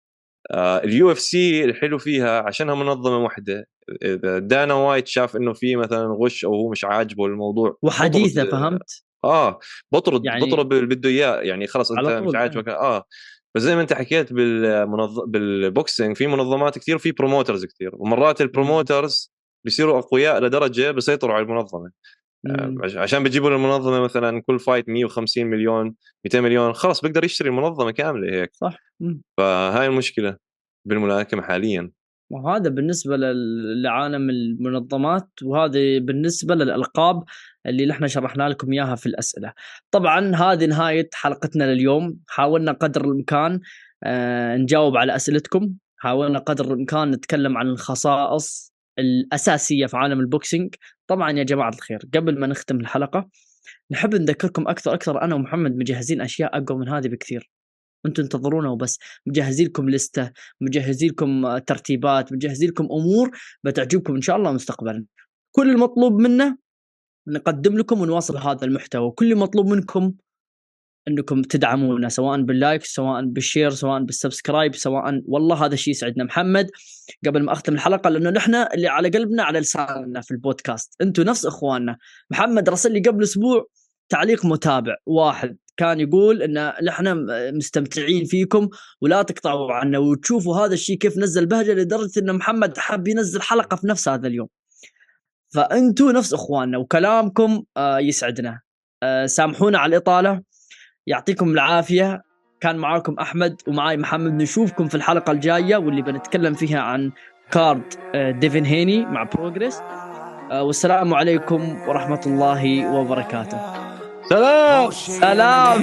اليو اف سي الحلو فيها عشانها منظمه واحده. اذا دانا وايت شاف انه في مثلا غش او هو مش عاجبه الموضوع وحديثه بطرد. فهمت اه بطرد يعني بطرد اللي بده اياه يعني خلص انت مش عاجبك اه بس زي ما انت حكيت بالمنظ... بالبوكسينج في منظمات كثير وفي بروموترز كثير ومرات البروموترز بيصيروا اقوياء لدرجه بيسيطروا على المنظمه. مم. عشان بتجيبوا للمنظمه مثلا كل فايت مية وخمسين مليون مئتين مليون خلص بيقدر يشتري المنظمه كامله هيك صح. مم. فهاي المشكله بالملاكمه حاليا. وهذا بالنسبة لعالم المنظمات وهذا بالنسبة للألقاب اللي نحن شرحنا لكم إياها في الأسئلة. طبعا هذه نهاية حلقتنا لليوم. حاولنا قدر الإمكان آه نجاوب على أسئلتكم. حاولنا قدر الإمكان نتكلم عن الخصائص الأساسية في عالم البوكسينج. طبعا يا جماعة الخير قبل ما نختم الحلقة نحب نذكركم أكثر أكثر أنا ومحمد مجهزين أشياء أقوى من هذه بكثير. انتم انتظرونا وبس. مجهزين لكم لستة مجهزين لكم ترتيبات مجهزين لكم امور بتعجبكم ان شاء الله مستقبلا. كل المطلوب منا نقدم لكم ونواصل هذا المحتوى. كل المطلوب منكم انكم تدعمونا سواء باللايك سواء بالشير سواء بالسبسكرايب سواء والله هذا الشيء يسعدنا. محمد قبل ما اختم الحلقه لانه نحن اللي على قلبنا على لساننا في البودكاست انتم نفس اخواننا. محمد رسل لي قبل اسبوع تعليق متابع واحد كان يقول ان نحن مستمتعين فيكم ولا تقطعوا عنا وتشوفوا هذا الشيء كيف نزل بهجه لدرجه ان محمد حب ينزل حلقه في نفس هذا اليوم. فانتم نفس اخواننا وكلامكم يسعدنا. سامحونا على الاطاله. يعطيكم العافيه. كان معاكم احمد ومعاي محمد. نشوفكم في الحلقه الجايه واللي بنتكلم فيها عن كارد ديفين هيني مع بروجريس. والسلام عليكم ورحمه الله وبركاته. سلام سلام.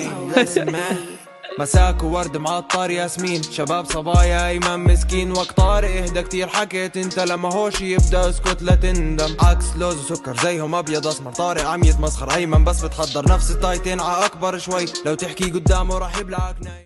مساك وورد معطر ياسمين شباب صبايا ايمن مسكين وقت طارق اهدى كتير حكيت انت لما هوش يبدا اسكت لا تندم عكس لوز وسكر زيهم ابيض اسمر طارق عم يتمسخر ايمن بس بتحضر نفس التايتين ع اكبر شوي لو تحكي قدامه راح يبلعك ناي.